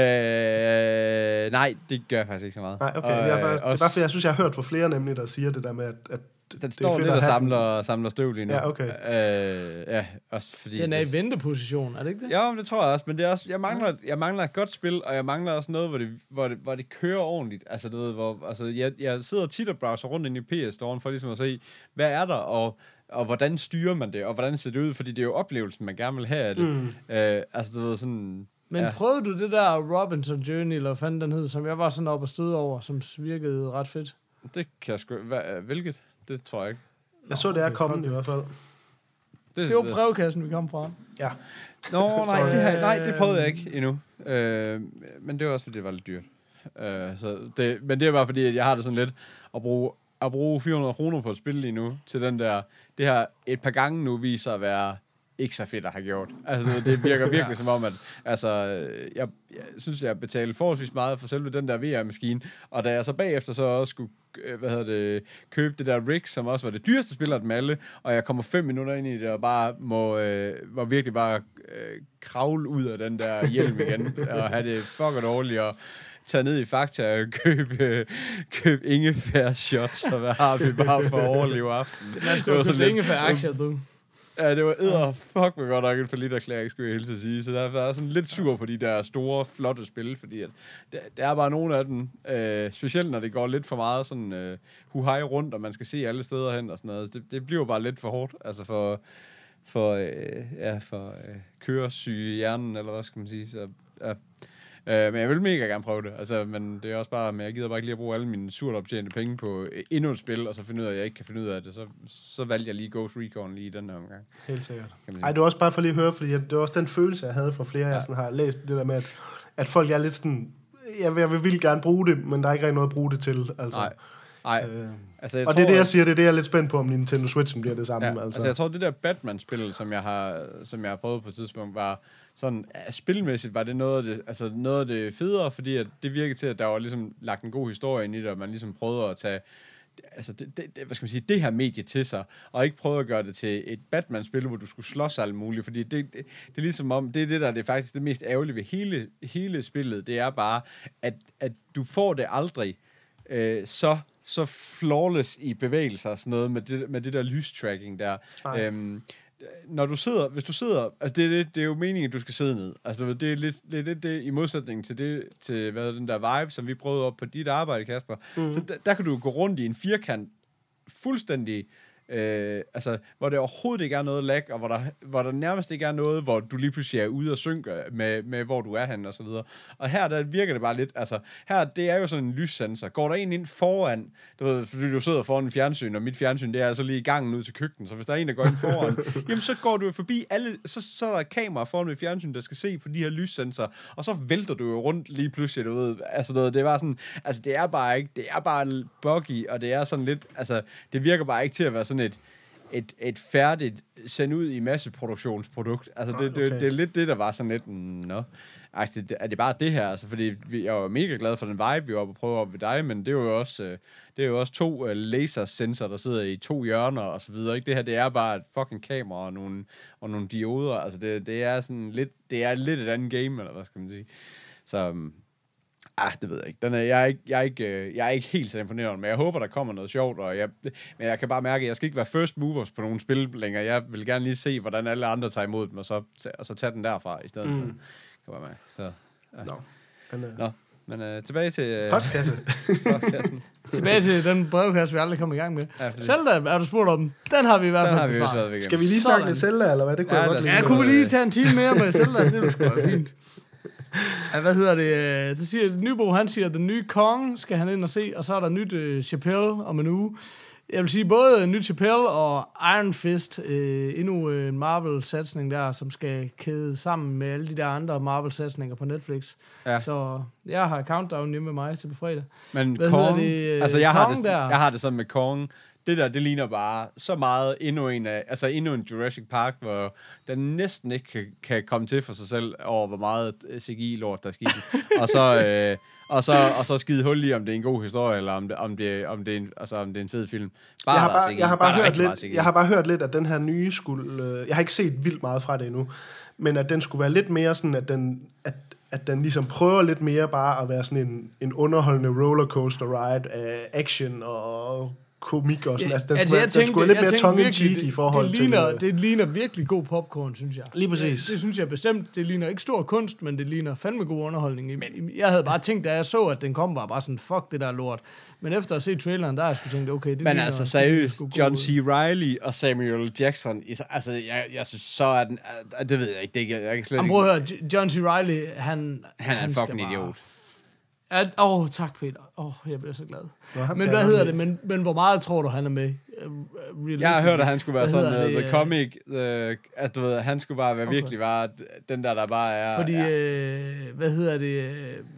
Øh, nej, det gør jeg faktisk ikke så meget. nej, okay. Og, Og, jeg, er bare, øh, det er bare, for jeg synes, jeg har hørt fra flere nemlig, der siger det der med, at, at Den det står er fedt lidt at og have samler, samler støv lige nu. Ja, okay. Øh, ja, også fordi... Den er i det- venteposition, er det ikke det? Ja, men det tror jeg også, men det er også, jeg mangler, jeg mangler et godt spil, og jeg mangler også noget, hvor det, hvor det, hvor det kører ordentligt. Altså, du ved, hvor, altså jeg, jeg sidder tit og browser rundt inde i P S-storen for ligesom at se, hvad er der, og, og hvordan styrer man det, og hvordan ser det ud, fordi det er jo oplevelsen, man gerne vil have af det. Mm. Øh, altså, du ved, sådan... Men ja. prøvede du det der Robinson Journey, eller hvad fanden den hed, som jeg var sådan op og støde over, som virkede ret fedt? Det kan jeg sgu... Hvad, hvilket? Det tror jeg ikke. Jeg så, det er Okay, kommet fuck i hvert fald. Det, Det var brevkassen, vi kom fra. Ja. Nå, nej, Så, det, har, nej, det prøvede jeg ikke endnu. Øh, men det var også, fordi det var lidt dyrt. Øh, så det, men det er bare fordi, at jeg har det sådan lidt at bruge, at bruge fire hundrede kroner på et spil lige nu, til den der, det her et par gange nu viser at være ikke så fedt at have gjort. Altså, det virker virkelig ja. som om, at altså, jeg, jeg synes, jeg betalte forholdsvis meget for selve den der V R-maskine, og da jeg så bagefter så også skulle hvad hedder det, købe det der rig, som også var det dyreste spil af dem alle, og jeg kommer fem minutter ind i det, og bare må, øh, må virkelig bare øh, kravle ud af den der hjelm igen, og have det fucking dårligt, og tage ned i Fakta og købe, øh, købe ingefær shots, så hvad har vi bare for at overleve aftenen. Man skulle jo købe ingefær aktier, du. Ja, det var edder fuck mig godt nok en for lidt erklæring, skulle jeg helst sige. Så der var sådan lidt sur på de der store, flotte spil, fordi at der, der er bare nogle af dem, øh, specielt når det går lidt for meget sådan øh, huhej rundt, og man skal se alle steder hen og sådan noget. Det, det bliver bare lidt for hårdt, altså for, for, øh, ja, for øh, køresyge hjernen, eller hvad skal man sige. Så, ja. Øh, men jeg vil mega gerne prøve det, altså, men det er også bare, men jeg gider bare ikke lige at bruge alle mine surt optjente penge på endnu et spil, og så finde ud af, at jeg ikke kan finde ud af det, så, så valgte jeg lige Ghost Recon lige i den her omgang. Helt sikkert. Kan man Ej, det var også bare for lige at høre, fordi det var også den følelse, jeg havde fra flere, ja. jeg sådan har læst det der med, at, at folk er lidt sådan, jeg vil, jeg vil vildt gerne bruge det, men der er ikke rigtig noget at bruge det til. Altså. Nej, nej. Øh, Altså, jeg og tror, det er det, jeg at- siger, det er det, jeg er lidt spændt på, om Nintendo Switch bliver det samme. Ja, altså. altså jeg tror, det der Batman-spil, som jeg har, som jeg har prøvet på et tidspunkt, var sådan, ja, spilmæssigt var det noget af det, altså noget af det federe, fordi at det virkede til, at der var ligesom lagt en god historie ind i det, og man ligesom prøvede at tage, altså det, det, det, hvad skal man sige, det her medie til sig, og ikke prøve at gøre det til et Batman-spil, hvor du skulle slås alt muligt, fordi det, det, det er ligesom om, det er det der, det er faktisk det mest ærgerlige ved hele, hele spillet, det er bare, at, at du får det aldrig øh, så så flawless i bevægelser og sådan noget med det, med det der lystracking der. Øhm, når du sidder, hvis du sidder, altså det er, det, det er jo meningen, at du skal sidde ned. Altså det er lidt det, det, det i modsætning til det, til hvad er den der vibe, som vi prøvede op på dit arbejde, Kasper. Mm. Så der, der kan du gå rundt i en firkant fuldstændig Øh, altså, hvor der overhovedet ikke er noget lag, og hvor der, hvor der nærmest ikke er noget, hvor du lige pludselig er ude og synker med, med hvor du er henne, og så videre. Og her, der virker det bare lidt, altså, her, det er jo sådan en lyssensor. Går der en ind foran, du ved, fordi du sidder foran en fjernsyn, og mit fjernsyn, det er altså lige i gangen ud til køkkenet, så hvis der er en, der går ind foran, jamen, så går du forbi alle, så, så er der et kamera foran mit fjernsyn, der skal se på de her lyssensorer, og så vælter du jo rundt lige pludselig, du ved, altså, noget, det var sådan, altså, det er bare ikke, det er bare buggy, og det er sådan lidt, altså, det virker bare ikke til at være sådan et, et, et færdigt, sendt ud i masseproduktionsprodukt. Altså, det, det, okay. det er lidt det, der var sådan lidt, nå, det, er det bare det her? Altså, fordi vi, jeg var mega glad for den vibe, vi var oppe og prøve op ved dig, men det er jo også, det er jo også to uh, lasersensorer, der sidder i to hjørner og så videre, ikke? Det her, det er bare et fucking kamera og nogle, og nogle dioder. Altså, det, det er sådan lidt, det er lidt et andet game, eller hvad skal man sige. Så, ah, det ved jeg ikke. Den er, jeg, er ikke jeg, er ikke, jeg er ikke helt så imponeret, men jeg håber, der kommer noget sjovt, og jeg, men jeg kan bare mærke, at jeg skal ikke være first movers på nogle spil længere. Jeg vil gerne lige se, hvordan alle andre tager imod dem, og så, og så tage den derfra i stedet. Mm. Kan bare mærke. Så, ja. Nå. Men, uh... Nå. Men uh, tilbage til... Uh, postkasse. postkassen. Tilbage til den brevkasse, vi aldrig kom i gang med. Ja, fordi... Zelda, er du spurgt om? Den har vi i hvert Den fald har vi besvaret. været ved. Skal vi lige snakke lidt Zelda, eller hvad? Det kunne Ja, jeg godt lad Ja, os- kunne vi lige tage en time mere med Zelda? Det ville sgu være fint. Ja, hvad hedder det? Så siger Nybo, han siger, at den nye Kong skal han ind og se, og så er der nyt uh, Chappelle om en uge. Jeg vil sige, både nyt Chappelle og Iron Fist, øh, endnu en Marvel-satsning der, som skal kæde sammen med alle de der andre Marvel-satsninger på Netflix. Ja. Så jeg har Countdown hjemme med mig til på fredag. Men hvad Kong, det? altså jeg Kong har, det, der? jeg har det sådan med Kong. Det der, det ligner bare så meget endnu en af, altså endnu en Jurassic Park, hvor den næsten ikke kan, kan komme til for sig selv over, hvor meget C G I-lort, der er sket. og så... Øh, Og så, og så skide hul i, om det er en god historie, eller om det, om det, om det, er, en, altså, om det er en fed film. Bare jeg, har bare, jeg, har bare bare hørt lidt, jeg har bare hørt lidt, at den her nye skulle... Øh, jeg har ikke set vildt meget fra det endnu, men at den skulle være lidt mere sådan, at den, at, at den ligesom prøver lidt mere bare at være sådan en, en underholdende rollercoaster ride af action og komik og sådan. Ja, altså, den, altså, skulle, jeg den skulle tænkte, være lidt mere tongue-in-cheek det, i forhold det ligner, til... Øh, det ligner virkelig god popcorn, synes jeg. Lige præcis. Det, det synes jeg bestemt. Det ligner ikke stor kunst, men det ligner fandme god underholdning. Men, jeg havde bare tænkt, da jeg så, at den kom, var bare sådan, fuck det der lort. Men efter at have set traileren, der har jeg sgu tænkt, okay, det Men ligner... altså seriøst, John C. Reilly og Samuel Jackson, altså jeg, jeg synes, så er den... Det ved jeg ikke, det er, jeg kan slet ikke... Prøv at høre, John C. Reilly, han... Han, han er en fucking idiot. Åh, oh, tak Peter. Åh, oh, jeg bliver så glad. Nå, men hvad hedder det? Men, men hvor meget tror du, han er med? Uh, jeg har hørt, at han skulle være sådan uh, the comic, uh, at du ved, han skulle bare være okay. virkelig bare den der, der bare er... Fordi, ja. øh, hvad hedder det?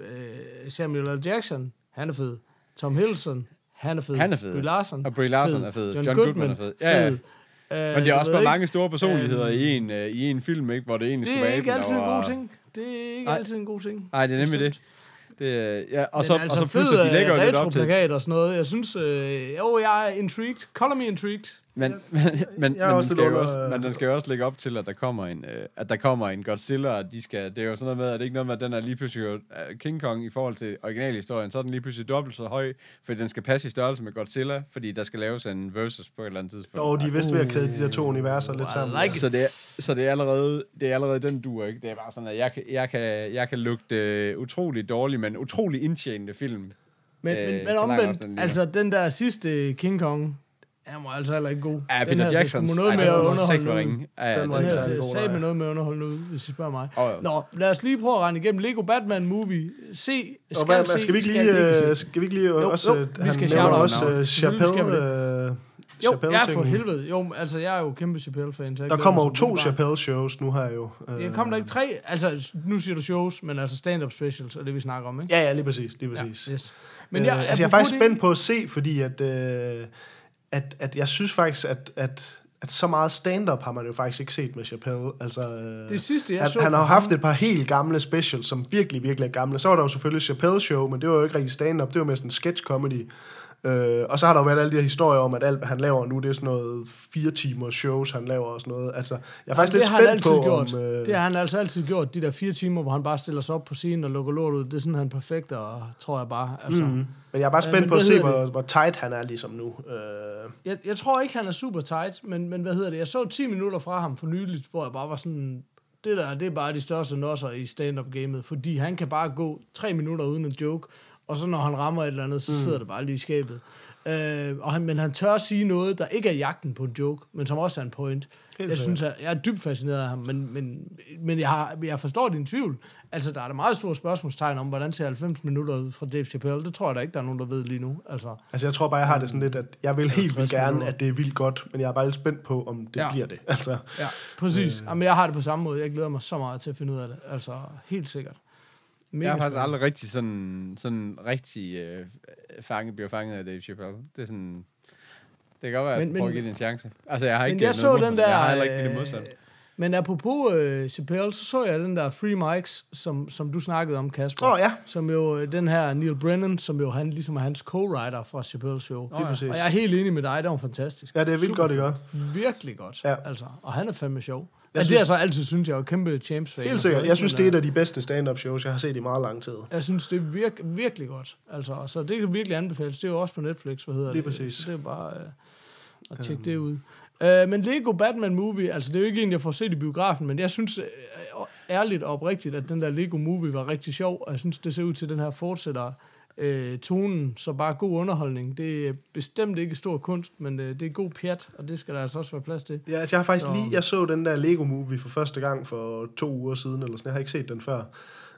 Øh, Samuel L. Jackson, han er fed. Tom Hiddleston, han er fed. Han er fed. Brie Larson, og Brie Larson fed. er fed. John, John Goodman, Goodman er fed. Ja, ja. fed. Men det er også bare ikke? mange store personligheder øh, i, en, uh, i en film, ikke, hvor det egentlig det skulle være... Det er ikke altid og... en god ting. Det er ikke Ej. altid en god ting. Nej, det er nemlig det. Det, ja, og, så, altså og så pludselig, de lægger jo lidt op til... og sådan noget. Jeg synes, øh, jo, jeg er intrigued. Color me intrigued. Men, men, men, men, den skal jo også, men den skal jo også lægge op til, at der kommer en, øh, at der kommer en Godzilla, og de skal, det er jo sådan noget med, at det er ikke noget med, at den er lige pludselig uh, King Kong i forhold til originalhistorien, så er den lige pludselig dobbelt så høj, fordi den skal passe i størrelse med Godzilla, fordi der skal laves en versus på et eller andet tidspunkt. Og de er vist ved at kæde de der to universer uh, lidt sammen. Like så, det er, så det er allerede, det er allerede den duer, ikke? Det er bare sådan, at jeg kan, jeg kan, jeg kan lugte utrolig dårlig, men utrolig indtjenende film. Men, øh, men, men omvendt, altså den der sidste King Kong, han var altså heller ikke god. Ja, Peter Jackson. Den noget med at underholde ud. Ja, den var ikke særlig god. Sagde med noget med at underholde ud, hvis I spørger mig. Oh, Nå, lad os lige prøve at regne igennem Lego Batman Movie. Se, skal, og hvad, se, skal vi ikke lige, skal, uh, skal vi ikke lige jo, også, jo, han nævner også uh, Chappelle, uh, jo, Chappelle ja, for helvede. Jo, altså, jeg er jo kæmpe Chappelle-fan. Der kommer jo to Chappelle-shows nu her jo. Uh, ja, kommer der ikke tre? Altså, nu siger du shows, men altså stand-up specials, og det vi snakker om, ikke? Ja, ja, lige præcis. Lige præcis. Ja, yes. Men jeg, uh, altså, jeg er faktisk spændt på at se, fordi at... Uh, At, at jeg synes faktisk, at, at, at så meget stand-up har man jo faktisk ikke set med Chappelle. Altså, det sidste, jeg han, så han har haft et par helt gamle specials, som virkelig, virkelig er gamle. Så var der jo selvfølgelig Chappelle Show, men det var jo ikke rigtig stand-up. Det var mere sådan sketch-comedy. Uh, og så har der jo været alle de her historier om, at alt, hvad han laver nu, det er sådan noget fire timers shows, han laver og sådan noget. Altså, jeg er faktisk ja, lidt spændt på, gjort. om... Uh... Det har han altså altid gjort, de der fire timer, hvor han bare stiller sig op på scenen og lukker lort ud. Det er sådan, han er perfekt, og tror jeg bare. Altså. Mm-hmm. Men jeg er bare spændt uh, på at se, hvor, hvor tight han er ligesom nu. Uh... Jeg, jeg tror ikke, han er super tight, men, men hvad hedder det? Jeg så ti minutter fra ham for nyligt, hvor jeg bare var sådan... Det der, det er bare de største nosser i stand-up-gamet, fordi han kan bare gå tre minutter uden en joke, og så når han rammer et eller andet, så sidder mm. det bare lige i skabet. Uh, og han, men han tør sige noget, der ikke er jagten på en joke, men som også er en point. Helt jeg synes, jeg, jeg er dybt fascineret af ham, men, men, men jeg, har, jeg forstår din tvivl. Altså, der er der meget store spørgsmålstegn om, hvordan ser halvfems minutter ud fra Dave Chappelle. Det tror jeg da ikke, der er nogen, der ved lige nu. Altså, altså jeg tror bare, jeg har det sådan lidt, at jeg vil helt vildt gerne, minutter. At det er vildt godt, men jeg er bare lidt spændt på, om det ja. bliver det. Altså, ja, præcis. Øh. Jamen, jeg har det på samme måde. Jeg glæder mig så meget til at finde ud af det. Altså, helt sikkert. Mega jeg har faktisk aldrig rigtig sådan, sådan rigtig øh, fange, bliver fanget af Dave Chappelle. Det er sådan... Det kan godt være, at jeg skal prøve at give det en chance. Altså, jeg har ikke... Men jeg så den der... Jeg har heller ikke det modsatte. Men apropos øh, Chappelle, så så jeg den der Free Mics, som, som du snakkede om, Kasper. Åh, oh, ja. Som jo, den her Neil Brennan, som jo han, ligesom er hans co-writer fra Chappelle's show. Oh, ja. Og jeg er helt enig med dig, det var fantastisk. Ja, det er vildt godt, det gør. Virkelig godt, ja. Altså. Og han er fandme sjov. Jeg altså, synes, det er så altid, synes jeg, er kæmpe Champs-fan. Helt sikkert. Jeg synes, det er et af de bedste stand-up shows, jeg har set i meget lang tid. Jeg synes, det er virke, virkelig godt. Altså, så det kan virkelig anbefales. Det er jo også på Netflix, hvad hedder Lige det? præcis. Så det er bare øh, at tjekke um. det ud. Uh, men Lego Batman Movie, altså det er jo ikke en, jeg får set i biografen, men jeg synes uh, ærligt og oprigtigt, at den der Lego Movie var rigtig sjov, og jeg synes, det ser ud til, at den her fortsætter uh, tonen, så bare god underholdning. Det er bestemt ikke stor kunst, men uh, det er god pjat, og det skal der altså også være plads til. Ja, altså jeg har faktisk så. lige, jeg så den der Lego Movie for første gang for to uger siden, eller sådan, jeg har ikke set den før.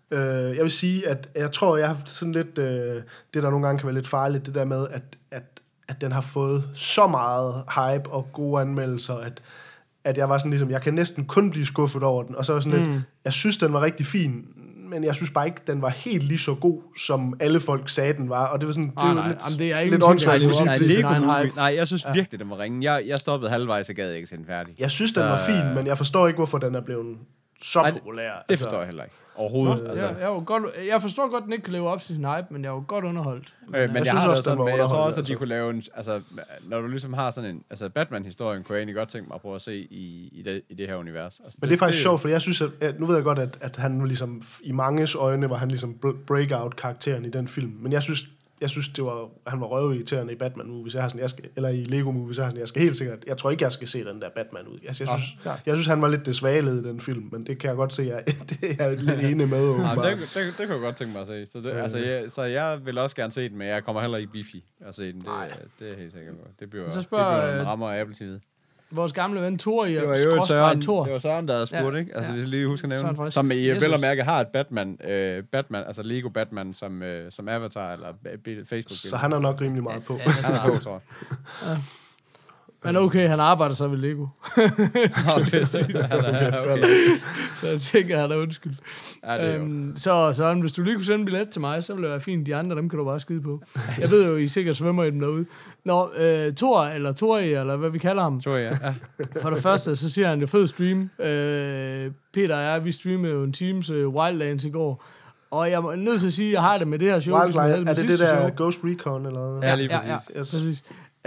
Øh, jeg vil sige, at jeg tror, jeg har haft sådan lidt, øh, det der nogle gange kan være lidt farligt, det der med, at, at, at den har fået så meget hype og gode anmeldelser, at, at jeg var sådan ligesom, jeg kan næsten kun blive skuffet over den, og så var sådan mm. lidt, jeg synes, den var rigtig fin, men jeg synes bare ikke, den var helt lige så god, som alle folk sagde, den var, og det var sådan, det ah, var nej, lidt, jamen, det er lidt åndssvagt. Nej, Lego Movie, hype. nej, jeg synes virkelig, den var ringe. Jeg, jeg stoppede halvvejs, og gad ikke se den færdig. Jeg synes, den så, var fin, men jeg forstår ikke, hvorfor den er blevet så nej, populær. Det, det forstår jeg heller ikke. Overhovedet. Nå, altså. jeg, jeg, var godt, jeg forstår godt, at den ikke kan leve op til sin hype, men jeg var godt underholdt. Øh, men jeg, jeg synes har også, også sådan, den var men jeg tror også, at underholdende, de kunne lave en, altså, når du ligesom har sådan en, altså Batman-historien, kunne jeg egentlig godt tænke mig at prøve at se i, i, det, i det her univers. Altså, men det, det er faktisk det, sjovt, for jeg synes, at, at nu ved jeg godt, at, at han ligesom, i manges øjne var han ligesom breakout-karakteren i den film, men jeg synes, jeg synes, det var, han var røvirriterende i Batman-movies, jeg har sådan, jeg skal, eller i Lego-movies, jeg har sådan, jeg skal helt sikkert, jeg tror ikke, jeg skal se den der Batman ud. Altså, jeg, synes, ja. jeg synes, han var lidt desvalget i den film, men det kan jeg godt se, jeg, det er jeg lidt enig med. Ja, det, det, det kunne jeg godt tænke mig at se. Så, det, øh. altså, jeg, så jeg vil også gerne se den, men jeg kommer heller ikke Biffy at se den. Det, det er helt sikkert. Det bliver, så spørger, det bliver en rammer af Apple T V. Vores gamle ven Thor i det var jo Søren, Thor. det var Søren, der havde spurgt, ja, ikke? Altså, ja. hvis jeg lige husker at nævne. Søren Som i Jesus. vel og mærke har et Batman, øh, Batman, altså Lego Batman, som, øh, som avatar, eller Facebook. Så han er nok rimelig meget på. Ja, han er på, tror jeg. Ja. Men okay, han arbejder så ved Lego. okay, okay. Så jeg tænker, han er undskyld. Ja, det er øhm, så Søren, hvis du lige kunne sende en billet til mig, så ville det være fint. De andre, dem kan du bare skide på. Jeg ved jo, I sikkert svømmer i dem derude. Nå, øh, Thor, eller Tori, eller hvad vi kalder ham. Tori, ja. ja. For det første, så siger han, det er fed stream. Øh, Peter og jeg, vi streamede jo en Teams uh, Wildlands i går. Og jeg er nødt til at sige, at jeg har det med det her show. Wildlands, er det det der show. Ghost Recon, eller hvad? Ja, lige præcis. Ja, ja, præcis.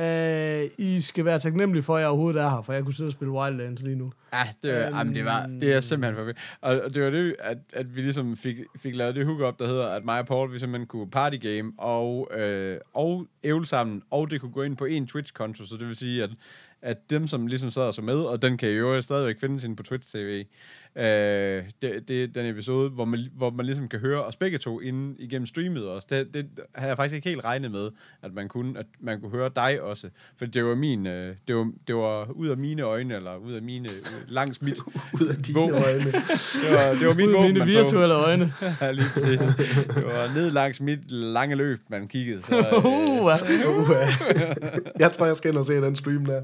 Uh, I skal være taknemmelige for, at jeg overhovedet er her, for jeg kunne sidde og spille Wildlands lige nu. Ja, det, var, um, jamen, det, var, det er simpelthen for vildt. Og det var det, at, at vi ligesom fik, fik lavet det hookup, der hedder, at mig og Paul, vi simpelthen kunne partygame og, øh, og ævle sammen, og det kunne gå ind på en Twitch-konto, så det vil sige, at, at dem, som ligesom sad og så med, og den kan jo stadigvæk findes inde på Twitch T V, øh, det, det er den episode, hvor man, hvor man ligesom kan høre os begge to inden igennem streamet også. Det, det har jeg faktisk ikke helt regnet med, at man kunne, at man kunne høre dig også. For det var min, øh, det var, det var ud af mine øjne, eller ud af mine, langs mit ud af dine våben. Øjne. Det var, det var mit våben, mine virtuelle så. Øjne. Ja, lige det. Det var ned langs mit lange løb, man kiggede. Så, øh, uh, uh. Jeg tror, jeg skal ind og se den stream der.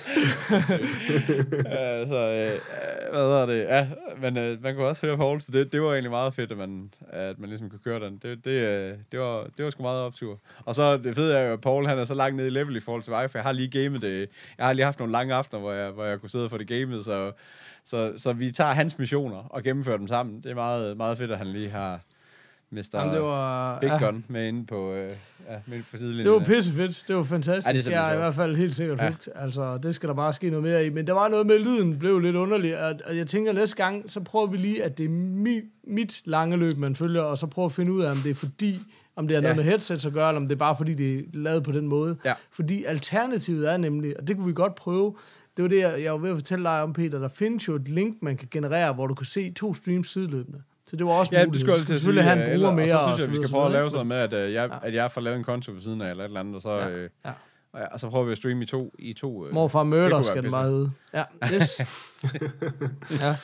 ja, så, øh, hvad hedder det? Ja, men øh, man kunne også høre Paul, så det, det var egentlig meget fedt, at man, at man ligesom kunne køre den. Det, det, øh, det, var, det var sgu meget optur. Og så det fede er jo, at Paul han er så langt ned i level i forhold til mig, for jeg har lige gamet det. Jeg har lige haft nogle lange aftener, hvor jeg, hvor jeg kunne sidde og få det gamet, så, så, så vi tager hans missioner og gennemfører dem sammen. Det er meget, meget fedt, at han lige har mister Jamen, det var, Big ja. Gun med inde på, øh, ja, med på sidelinjen. Det var pissefedt. Det var fantastisk. Ja, det er jeg er i hvert fald helt sikkert ja. hugt. Altså, det skal der bare ske noget mere i. Men der var noget med, lyden blev lidt underlig. Og jeg tænker, næste gang, så prøver vi lige, at det er mi, mit lange løb, man følger, og så prøver at finde ud af, om det er fordi, om det er noget ja. med headsets at gøre, eller om det er bare fordi, det er lavet på den måde. Ja. Fordi alternativet er nemlig, og det kunne vi godt prøve, det var det, jeg, jeg var ved at fortælle dig om, Peter, der findes jo et link, man kan generere, hvor du kan se to streams sideløbende. Så det var også ja, muligt. det skulle jeg til at sige. Han bruger eller, mere, og så synes jeg, vi skal prøve at lave sådan med, at, uh, jeg, ja. at jeg får lavet en konto ved siden af, eller et eller andet, og så, ja. Øh, ja. og, ja, og så prøver vi at streame i to. I to øh, Morfar Murder skal den bare hedde. Ja, yes. ja.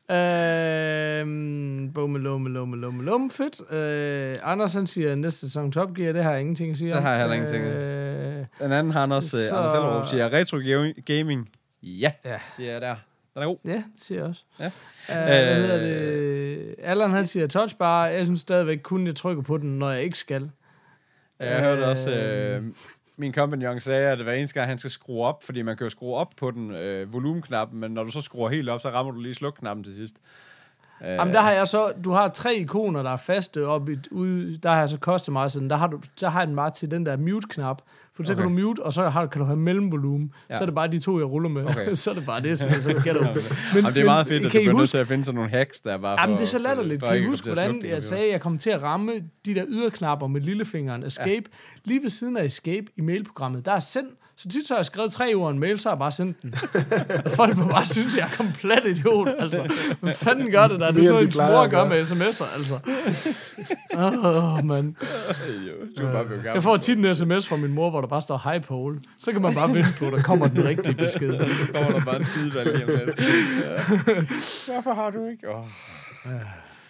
Øhm, Bum, lum, lum, lum, lum, fedt. Øh, Anders, han siger, at næste sæson Top Gear, det har jeg ingenting at sige om. Det har jeg heller ingenting. Øh, den anden har Anders, så... uh, Anders Hellerup, siger, retro gaming. Ja, ja, siger jeg der. Den er god. Ja, det siger jeg også. Ja. Uh, hvad øh, hedder det? Allan, han siger touchbar. Jeg synes stadigvæk kun, jeg trykker på den, når jeg ikke skal. Jeg hørte også... Øh, min kompagnon sagde, at hver eneste gang, han skal skrue op, fordi man kan jo skrue op på den øh, volumenknappen, men når du så skruer helt op, så rammer du lige slukknappen til sidst. Øh. Jamen, der har jeg så... Du har tre ikoner, der er faste op i... Ude, der har jeg så customized. Der har du, så har jeg den bare til den der mute-knap. For så okay. kan du mute, og så har, kan du have mellemvolumen. Ja. Så er det bare de to, jeg ruller med. Okay. Så er det bare det, så, så kan du... Men, jamen, det er meget fedt, men, at du bliver nødt til at finde sådan nogle hacks, der bare... Jamen, for, det er så latterligt. For, kan I huske, hvordan jeg sagde, at jeg kom til at ramme de der yderknapper med lillefingeren? Escape. Ja. Lige ved siden af Escape i mailprogrammet, der er send. Så tit så har jeg skrevet tre ord en mail, så har jeg bare sendt den. Og folk bare synes, at jeg er komplet idiot. Altså, hvad fanden gør det der? Det er sådan noget, en mor gør med sms'er, altså. Åh, oh, mand. Jeg får tit en sms fra min mor, hvor der bare står, hej Paul. Så kan man bare vente på, der kommer den rigtige besked. Så kommer der bare en sidevalg lige om lidt. Hvorfor har du ikke? Oh.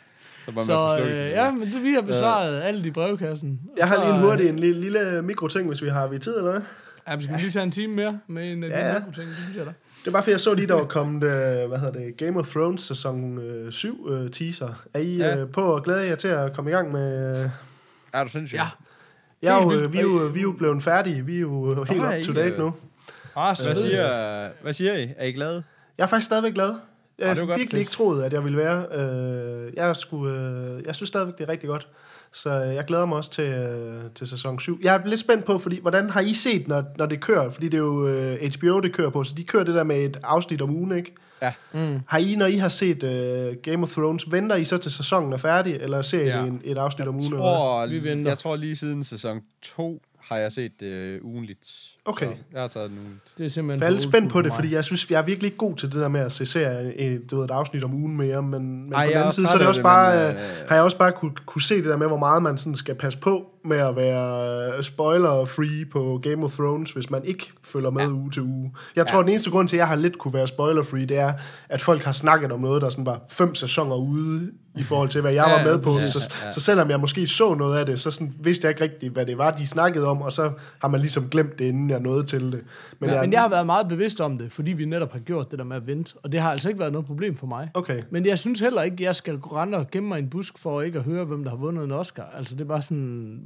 Så, må man Så få øh, slukket. ja, men det, vi har besvaret alle de brevkassen. Jeg har Så, lige en hurtig, øh, en lille, lille mikroting, hvis vi har vi tid, eller hvad? Ja, vi skal lige tage en time mere med en af Ja, de ja. mikroting, det synes jeg da. Det er bare fordi, jeg så lige, der var kommet, øh, hvad hedder det, Game of Thrones sæson øh, syv øh, teaser. Er I Ja. øh, på at glæde jer til at komme i gang med... Øh, Er du sindssygt? Ja. jeg er jo, Helt øh, vildt. vi, er jo, vi er jo blevet færdige. Vi er jo helt er up I, to date øh, nu. Ah, Hvad siger, hvad siger I? Er I glade? Jeg er faktisk stadigvæk glad. Jeg Ah, har det var godt. virkelig ikke troet, at jeg ville være. Øh, jeg, skulle, øh, jeg synes stadigvæk, det er rigtig godt. Så øh, jeg glæder mig også til, øh, til sæson syv. Jeg er lidt spændt på, fordi hvordan har I set, når, når det kører? Fordi det er jo øh, H B O, det kører på, så de kører det der med et afsnit om ugen, ikke? Ja. Mm. Har I, når I har set øh, Game of Thrones, venter I så til sæsonen er færdig, eller ser I Ja. ja. en, et afsnit om ugen? Jeg Eller? tror, Vi venter. jeg tror lige siden sæson to har jeg set det øh, ugenligt. Okay. Så jeg har taget den ugenligt. Det er simpelthen... Jeg er lidt for spændt old på school det, for fordi mig. jeg synes, jeg er virkelig ikke god til det der med at se serier, et, du ved, et afsnit om ugen mere, men, men Ej, på den jeg er anden også side, så er træt det af også det, bare, men, øh, øh, har jeg også bare kunne, kunne se det der med, hvor meget man sådan skal passe på med at være øh, spoiler-free på Game of Thrones, hvis man ikke følger med ja. uge til uge. Jeg tror, Ja. den eneste grund til, at jeg har lidt kunne være spoiler-free, det er, at folk har snakket om noget, der sådan var fem sæsoner ude, i forhold til, hvad jeg Ja, var med på. ja, så, ja. så selvom jeg måske så noget af det, så sådan, vidste jeg ikke rigtigt, hvad det var, de snakkede om, og så har man ligesom glemt det, inden jeg nåede til det. Men, ja, men jeg har været meget bevidst om det, fordi vi netop har gjort det der med at vente, og det har altså ikke været noget problem for mig. Okay. Men jeg synes heller ikke, at jeg skal gå rende og gemme mig i en busk for ikke at høre, hvem der har vundet en Oscar. Altså, det er bare sådan...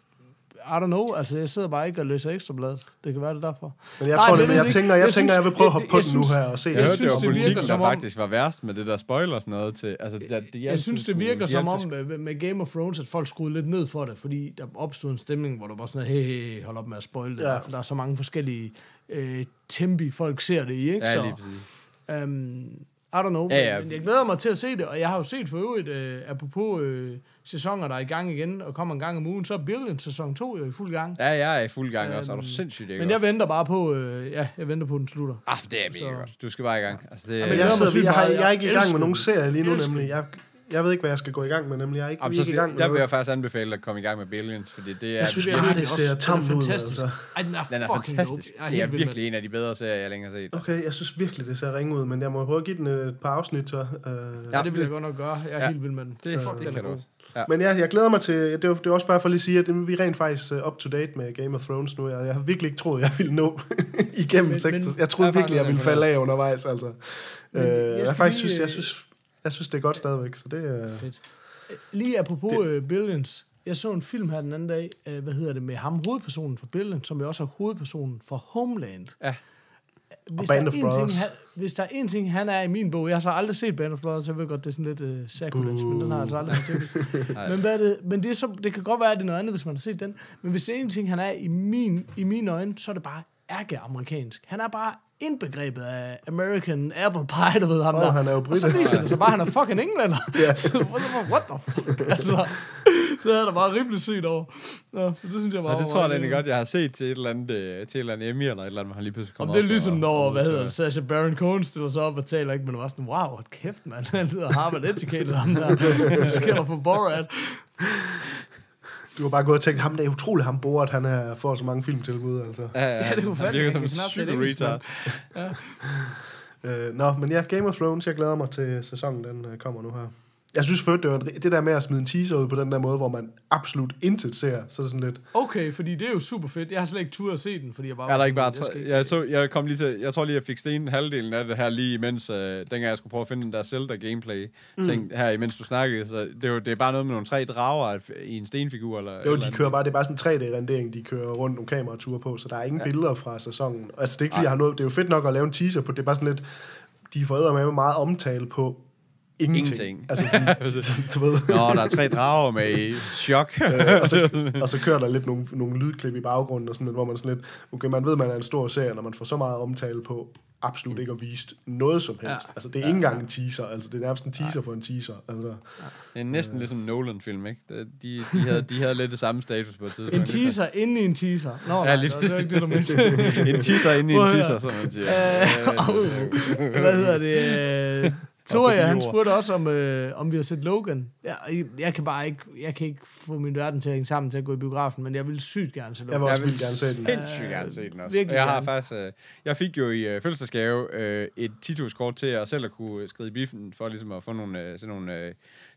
I don't know, altså jeg sidder bare ikke og læser Ekstrabladet. Det kan være det derfor. Men jeg Nej, tror men det, men jeg jeg ved tænker, jeg, ikke. jeg tænker, Jeg jeg vil synes- prøve at jeg- hoppe på jeg den nu synes- her og se Jeg, Jeg hørte, synes, det var det virker politikken, der som om- faktisk var værst med det der spoiler og sådan noget til. Altså, der, de Jeg altid synes, det skulle- virker de som altid om med, med Game of Thrones, at folk skruede lidt ned for det, fordi der opstod en stemning, hvor der var sådan noget, hey, hey, hold op med at spoile det, Ja. ja. for der er så mange forskellige øh, tempi, folk ser det i, ikke? Ja, Så, lige præcis. Um, I don't know, Ja, ja. Men, men jeg glæder mig til at se det, og jeg har jo set for øvrigt, øh, apropos øh, sæsoner, der er i gang igen, og kommer en gang om ugen, så er Billions sæson to jo i fuld gang. Ja, jeg er i fuld gang også, og er du Øhm, sindssygt ikke Men jeg venter bare på, øh, ja, jeg venter på, at den slutter. Ah, det er mega Så- godt. Du skal bare i gang. Altså, det, Ja, ja, men Men glæder jeg, mig sidder, sygt jeg, har, meget. jeg er ikke i gang med elsker nogen det. serier lige nu, Elsker nemlig. Jeg, jeg ved ikke, hvad jeg skal gå i gang med, nemlig. Jeg er ikke, vi er så, ikke i gang med der vil noget. jeg faktisk anbefale at komme i gang med Billions, fordi det er... Jeg synes Det er bare, virkelig det ser også- tamt den er ud, fantastisk. altså. Ej, den er, Den er fucking fantastisk. dope. Jeg er Det er helt vild med virkelig en af de bedre serier, jeg længere har set. Okay, jeg synes virkelig, det ser ringe ud, men jeg må prøve at give den et par afsnit, så. Øh. den. Ja, det vil jeg godt nok gøre. Jeg er Ja. helt vild med den. Det, Fuck, det den kan er du god. også. Ja. Men ja, jeg glæder mig til, det er, det er også bare for lige at sige, at det, vi er rent faktisk uh, up to date med Game of Thrones nu. Jeg, jeg har virkelig ikke troet, jeg ville nå igennem Men- seks. men- Jeg troede Jeg er virkelig, jeg ville faktisk falde af undervejs, altså. Men Øh, jeg jeg, skal faktisk lige, synes, jeg øh, synes, jeg synes, det er godt stadigvæk, så det er... Fedt. Lige apropos uh, Billions. Jeg så en film her den anden dag, uh, hvad hedder det, med ham, hovedpersonen for Billions, som jo også er hovedpersonen for Homeland. Ja. Hvis Band der, of er en Brothers. ting, han, hvis der er en ting, han er i min bog, jeg har så aldrig set Band of Brothers, så jeg ved godt, det er sådan lidt uh, sacrilege, men den har jeg altså aldrig set. Nej. men hvad er det, men det, er så, det kan godt være, at det er noget andet, hvis man har set den. Men hvis det er en ting, han er i, min, i mine øjne, så er det bare ærke-amerikansk. Han er bare indbegrebet af American Apple Pie, du ved ham Åh, der. han er jo og så brite. viser det sig bare, at han er fucking englænder. Ja. Så what the fuck? Altså, det er der bare rimelig sygt over. Nå, så det synes jeg bare Ja, det var tror jeg meget egentlig grineren. godt, jeg har set til et eller andet, øh, til et eller andet Emmy, eller et eller andet, hvor han lige pludselig Om kommer det er op ligesom, og- når, og hvad hedder udtaler. det, Sacha Baron Cohen stiller sig op og taler, ikke? Men det var sådan, wow, hold kæft, mand. Han lyder Harvard educated, ham der. Det sker der for Borat. Du har bare gået og tænkt, ham det er utroligt, ham Borat, han er, får så mange filmtilbud, altså. Ja, ja, Ja, det er jo han fandme, virker han som kan en knap tale syg engelsk, retard. Øh, nå, men ja, Game of Thrones, jeg glæder mig til sæsonen, den øh, kommer nu her. Jeg synes først, det, var en, det der med at smide en teaser ud på den der måde, hvor man absolut intet ser, så er det sådan lidt... Okay, fordi det er jo super fedt. Jeg har slet ikke tur at se den, fordi jeg bare... Er der var ikke bare... sådan, Tre, skal jeg, så, jeg, kom lige til, jeg tror lige, jeg fik sten halvdelen af det her lige imens, øh, dengang jeg skulle prøve at finde den der Zelda-gameplay. Mm. Tænkte, her imens du snakkede, så det er, jo, det er bare noget med nogle tre drager i en stenfigur. Eller, Jo, eller de kører bare, det er bare sådan en tre D-rendering, de kører rundt nogle kamerature på, så der er ingen ja. billeder fra sæsonen. Altså, det er ikke, fordi jeg har noget... Det er jo fedt nok at lave en teaser på, det er bare sådan lidt... De får med meget omtale på ingenting. Ingenting. Altså, fordi, du ved... Nå, der er tre drager med i chok. Øh, og, så, og så kører der lidt nogle, nogle lydklip i baggrunden, og sådan lidt, hvor man sådan lidt, okay, man ved, man er en stor serie, når man får så meget omtale på absolut ikke at vise noget som helst. Ja. Altså, det er ikke engang en teaser, altså det er nærmest en teaser for en teaser. Altså, Det er næsten ligesom Nolan-film, ikke? De, de, de, havde, de havde lidt det samme status på et tidspunkt. En teaser inde i en teaser. Nå, Ja, nej, lige- det var ikke det, du mente. En teaser inde i Prøv en at høre. teaser, som man siger. Øh, Hvad hedder det? Øh, Toria, de han ord. spurgte også, om, øh, om vi har set Logan. Ja, jeg, jeg kan bare ikke, jeg kan ikke få min verden til at hænge sammen til at gå i biografen, men jeg vil sygt gerne se jeg Logan. vil også Jeg vil vildt gerne se den. sindssygt gerne se den også. virkelig Jeg har gerne. faktisk, øh, jeg fik jo i øh, fødselsdagsgave øh, et Titus-kort til at selv at kunne skride i biffen, for ligesom at få nogle, øh, sådan nogle øh,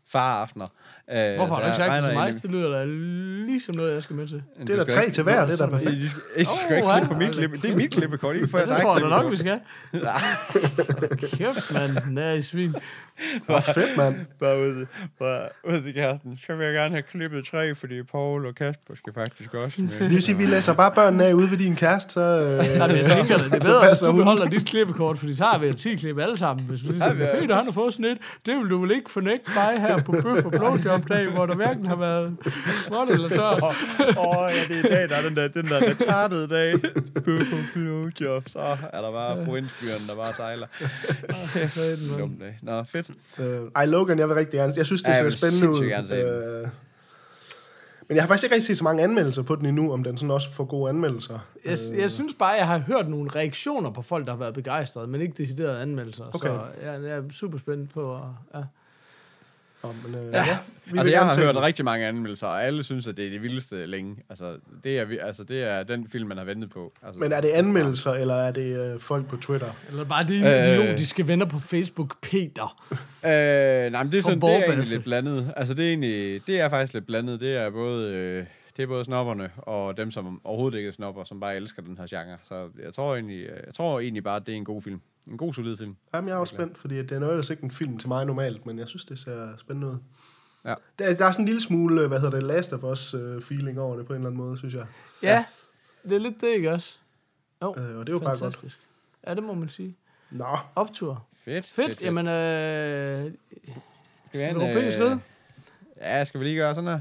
far-aftener. Øh, Hvorfor har du ikke sagt det til mig? egentlig- Det lyder da ligesom noget, jeg skal med til. Det er der tre til hver, det er da perfekt. I skal, I skal ikke Oh, klippe på ja. mit klippe. Det er mit klippekort, ikke for Ja, jeres det eget tror jeg da nok, vi klippekort. skal. Kæft, mand. Nær i svin. Hvor fedt, mand. Bare ud, bare ud til kæresten. Så vil jeg gerne have klippet tre, fordi Paul og Kasper skal faktisk også med. Så det vil sige, at vi læser bare børnene af ude ved din kæreste, så... Øh, Nej, men jeg tænker, det er så bedre, hvis passer du hun. beholder dit klippekort, fordi så har vi ti klip alle sammen. Hvis vi siger, Ja, ja. Peter, han har fået sådan et. Det vil du vel ikke fornægte mig her på Bøf og Blowjob-dag, hvor der hverken har været småt eller tørt. Åh, oh, ja, det er i dag, der er den der, den der retardede dag. Bøf og blowjob. Så er der bare provinsbyerne, der bare sejler. Dumt dag. Nå, fedt. Øh, ej, Logan, jeg vil rigtig gerne... Jeg synes, det Ja, jeg ser vil spændende ud. sindssygt gerne se Øh, men jeg har faktisk ikke rigtig set så mange anmeldelser på den endnu, om den sådan også får gode anmeldelser. Jeg, jeg synes bare, jeg har hørt nogle reaktioner på folk, der har været begejstrede, men ikke deciderede anmeldelser. Okay. Så jeg, jeg er super spændt på... at- Ja. Oh, men, øh, Ja. ja. Vi vil Altså, jeg gerne har se hørt den. rigtig mange anmeldelser, og alle synes, at det er det vildeste længe. Altså, det er, vi- altså, det er den film, man har ventet på. Altså, Men er det anmeldelser, eller er det øh, folk på Twitter? Eller bare de Øh. idiotiske venner på Facebook, Peter. Øh, nej, men det er, sådan, det er Vorbasse. egentlig lidt blandet. Altså, det er, egentlig, det er faktisk lidt blandet. Det er både, øh, det er både snobberne og dem, som overhovedet ikke er snobber, som bare elsker den her genre. Så jeg tror egentlig, jeg tror egentlig bare, at det er en god film. En god, solid film. Jamen, jeg er også spændt, fordi det er jo ellers ikke en film til mig normalt, men jeg synes, det ser spændende ud. Ja. Der, der er sådan en lille smule, hvad hedder det, Last of Us-feeling over det på en eller anden måde, synes jeg. Ja, det er lidt det, ikke også? Jo, Øh, og det er jo bare godt. fantastisk. Ja, det må man sige. Nå, Optur. Fedt. Fedt, fedt. Jamen, øh... Skal vi Skal have vi en, råbe øh, skride? Ja, skal vi lige gøre sådan her?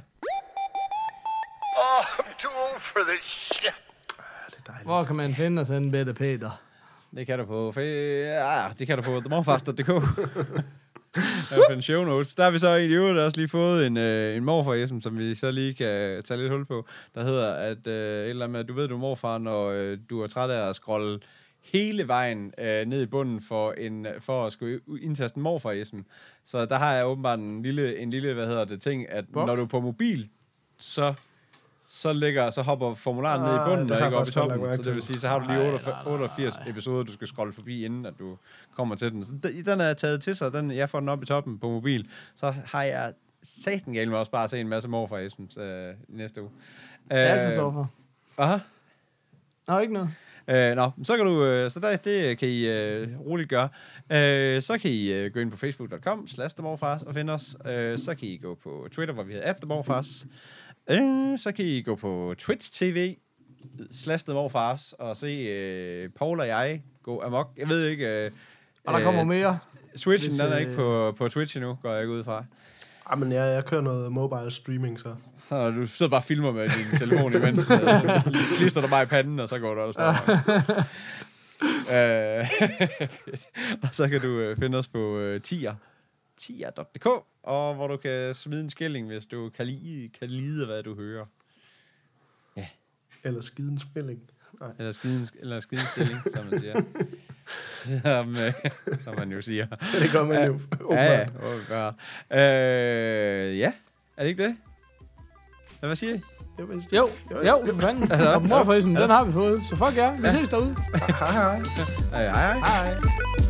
Oh, I'm too old for this shit. det er dejligt. Hvor kan man finde os en bedre Peter? Det kan du på, fe- ja, det kan du på the morfars punktum d k. Der er en show notes. Der har vi så i øvrigt også lige fået en, øh, en morfar-esm, som vi så lige kan tage lidt hul på. Der hedder, at øh, et eller andet med, at du ved, du er morfar, når øh, du er træt af at scrolle hele vejen øh, ned i bunden for, en, for at skulle indtaste en morfar-esm. Så der har jeg åbenbart en lille, en lille hvad hedder det, ting, at Bok. når du er på mobil, så... Så, ligger, så hopper formularen ned i Ah, bunden det og har ikke jeg op i faktisk godt toppen. lagt mærke Så det vil til. sige, så har du lige Nej, otteogfirs, nej, nej, otteogfirs nej. episoder, du skal scrolle forbi, inden at du kommer til den. Så den- den er taget til sig, den, jeg får den op i toppen på mobil. Så har jeg satan galt med også bare at se en masse morfar Esbens øh, næste uge. Ja, Christoffer. Aha. Nå, ikke noget. Øh, nå, så kan du, øh, så der, det kan I øh, roligt gøre. Øh, så kan I øh, gå ind på facebook punktum com slash themorfars og finde os. Øh, så kan I gå på Twitter, hvor vi hedder at themorfars. Øh, så kan I gå på Twitch T V slash themorfars og se øh, Paul og jeg gå amok. Jeg ved ikke... Øh, Og der kommer mere. Switchen, hvis, den er øh, ikke på, på Twitch endnu, går jeg ikke ud fra. Ah, men jeg, jeg kører noget mobile streaming, så. Så du sidder bare og filmer med din telefon imens. øh, klister dig bare i panden, og så går du også bare. øh, og så kan du øh, finde os på øh, tier. tier punktum d k, og hvor du kan smide en skilling, hvis du kan lide, kan lide hvad du hører. Eller skiden spilling. Nej. Eller skiden, eller skiden skilling, som man siger. som, øh, som man jo siger. Det gør man jo. Ja, ja, hvor vi gør. Øh, ja, er det ikke det? Hvad siger I? Jo, jo, for fanden. Og morfarisen, den har vi fået. Så fuck ja, vi ses derude. Hej, hej. Øh, hej, hej. Hej.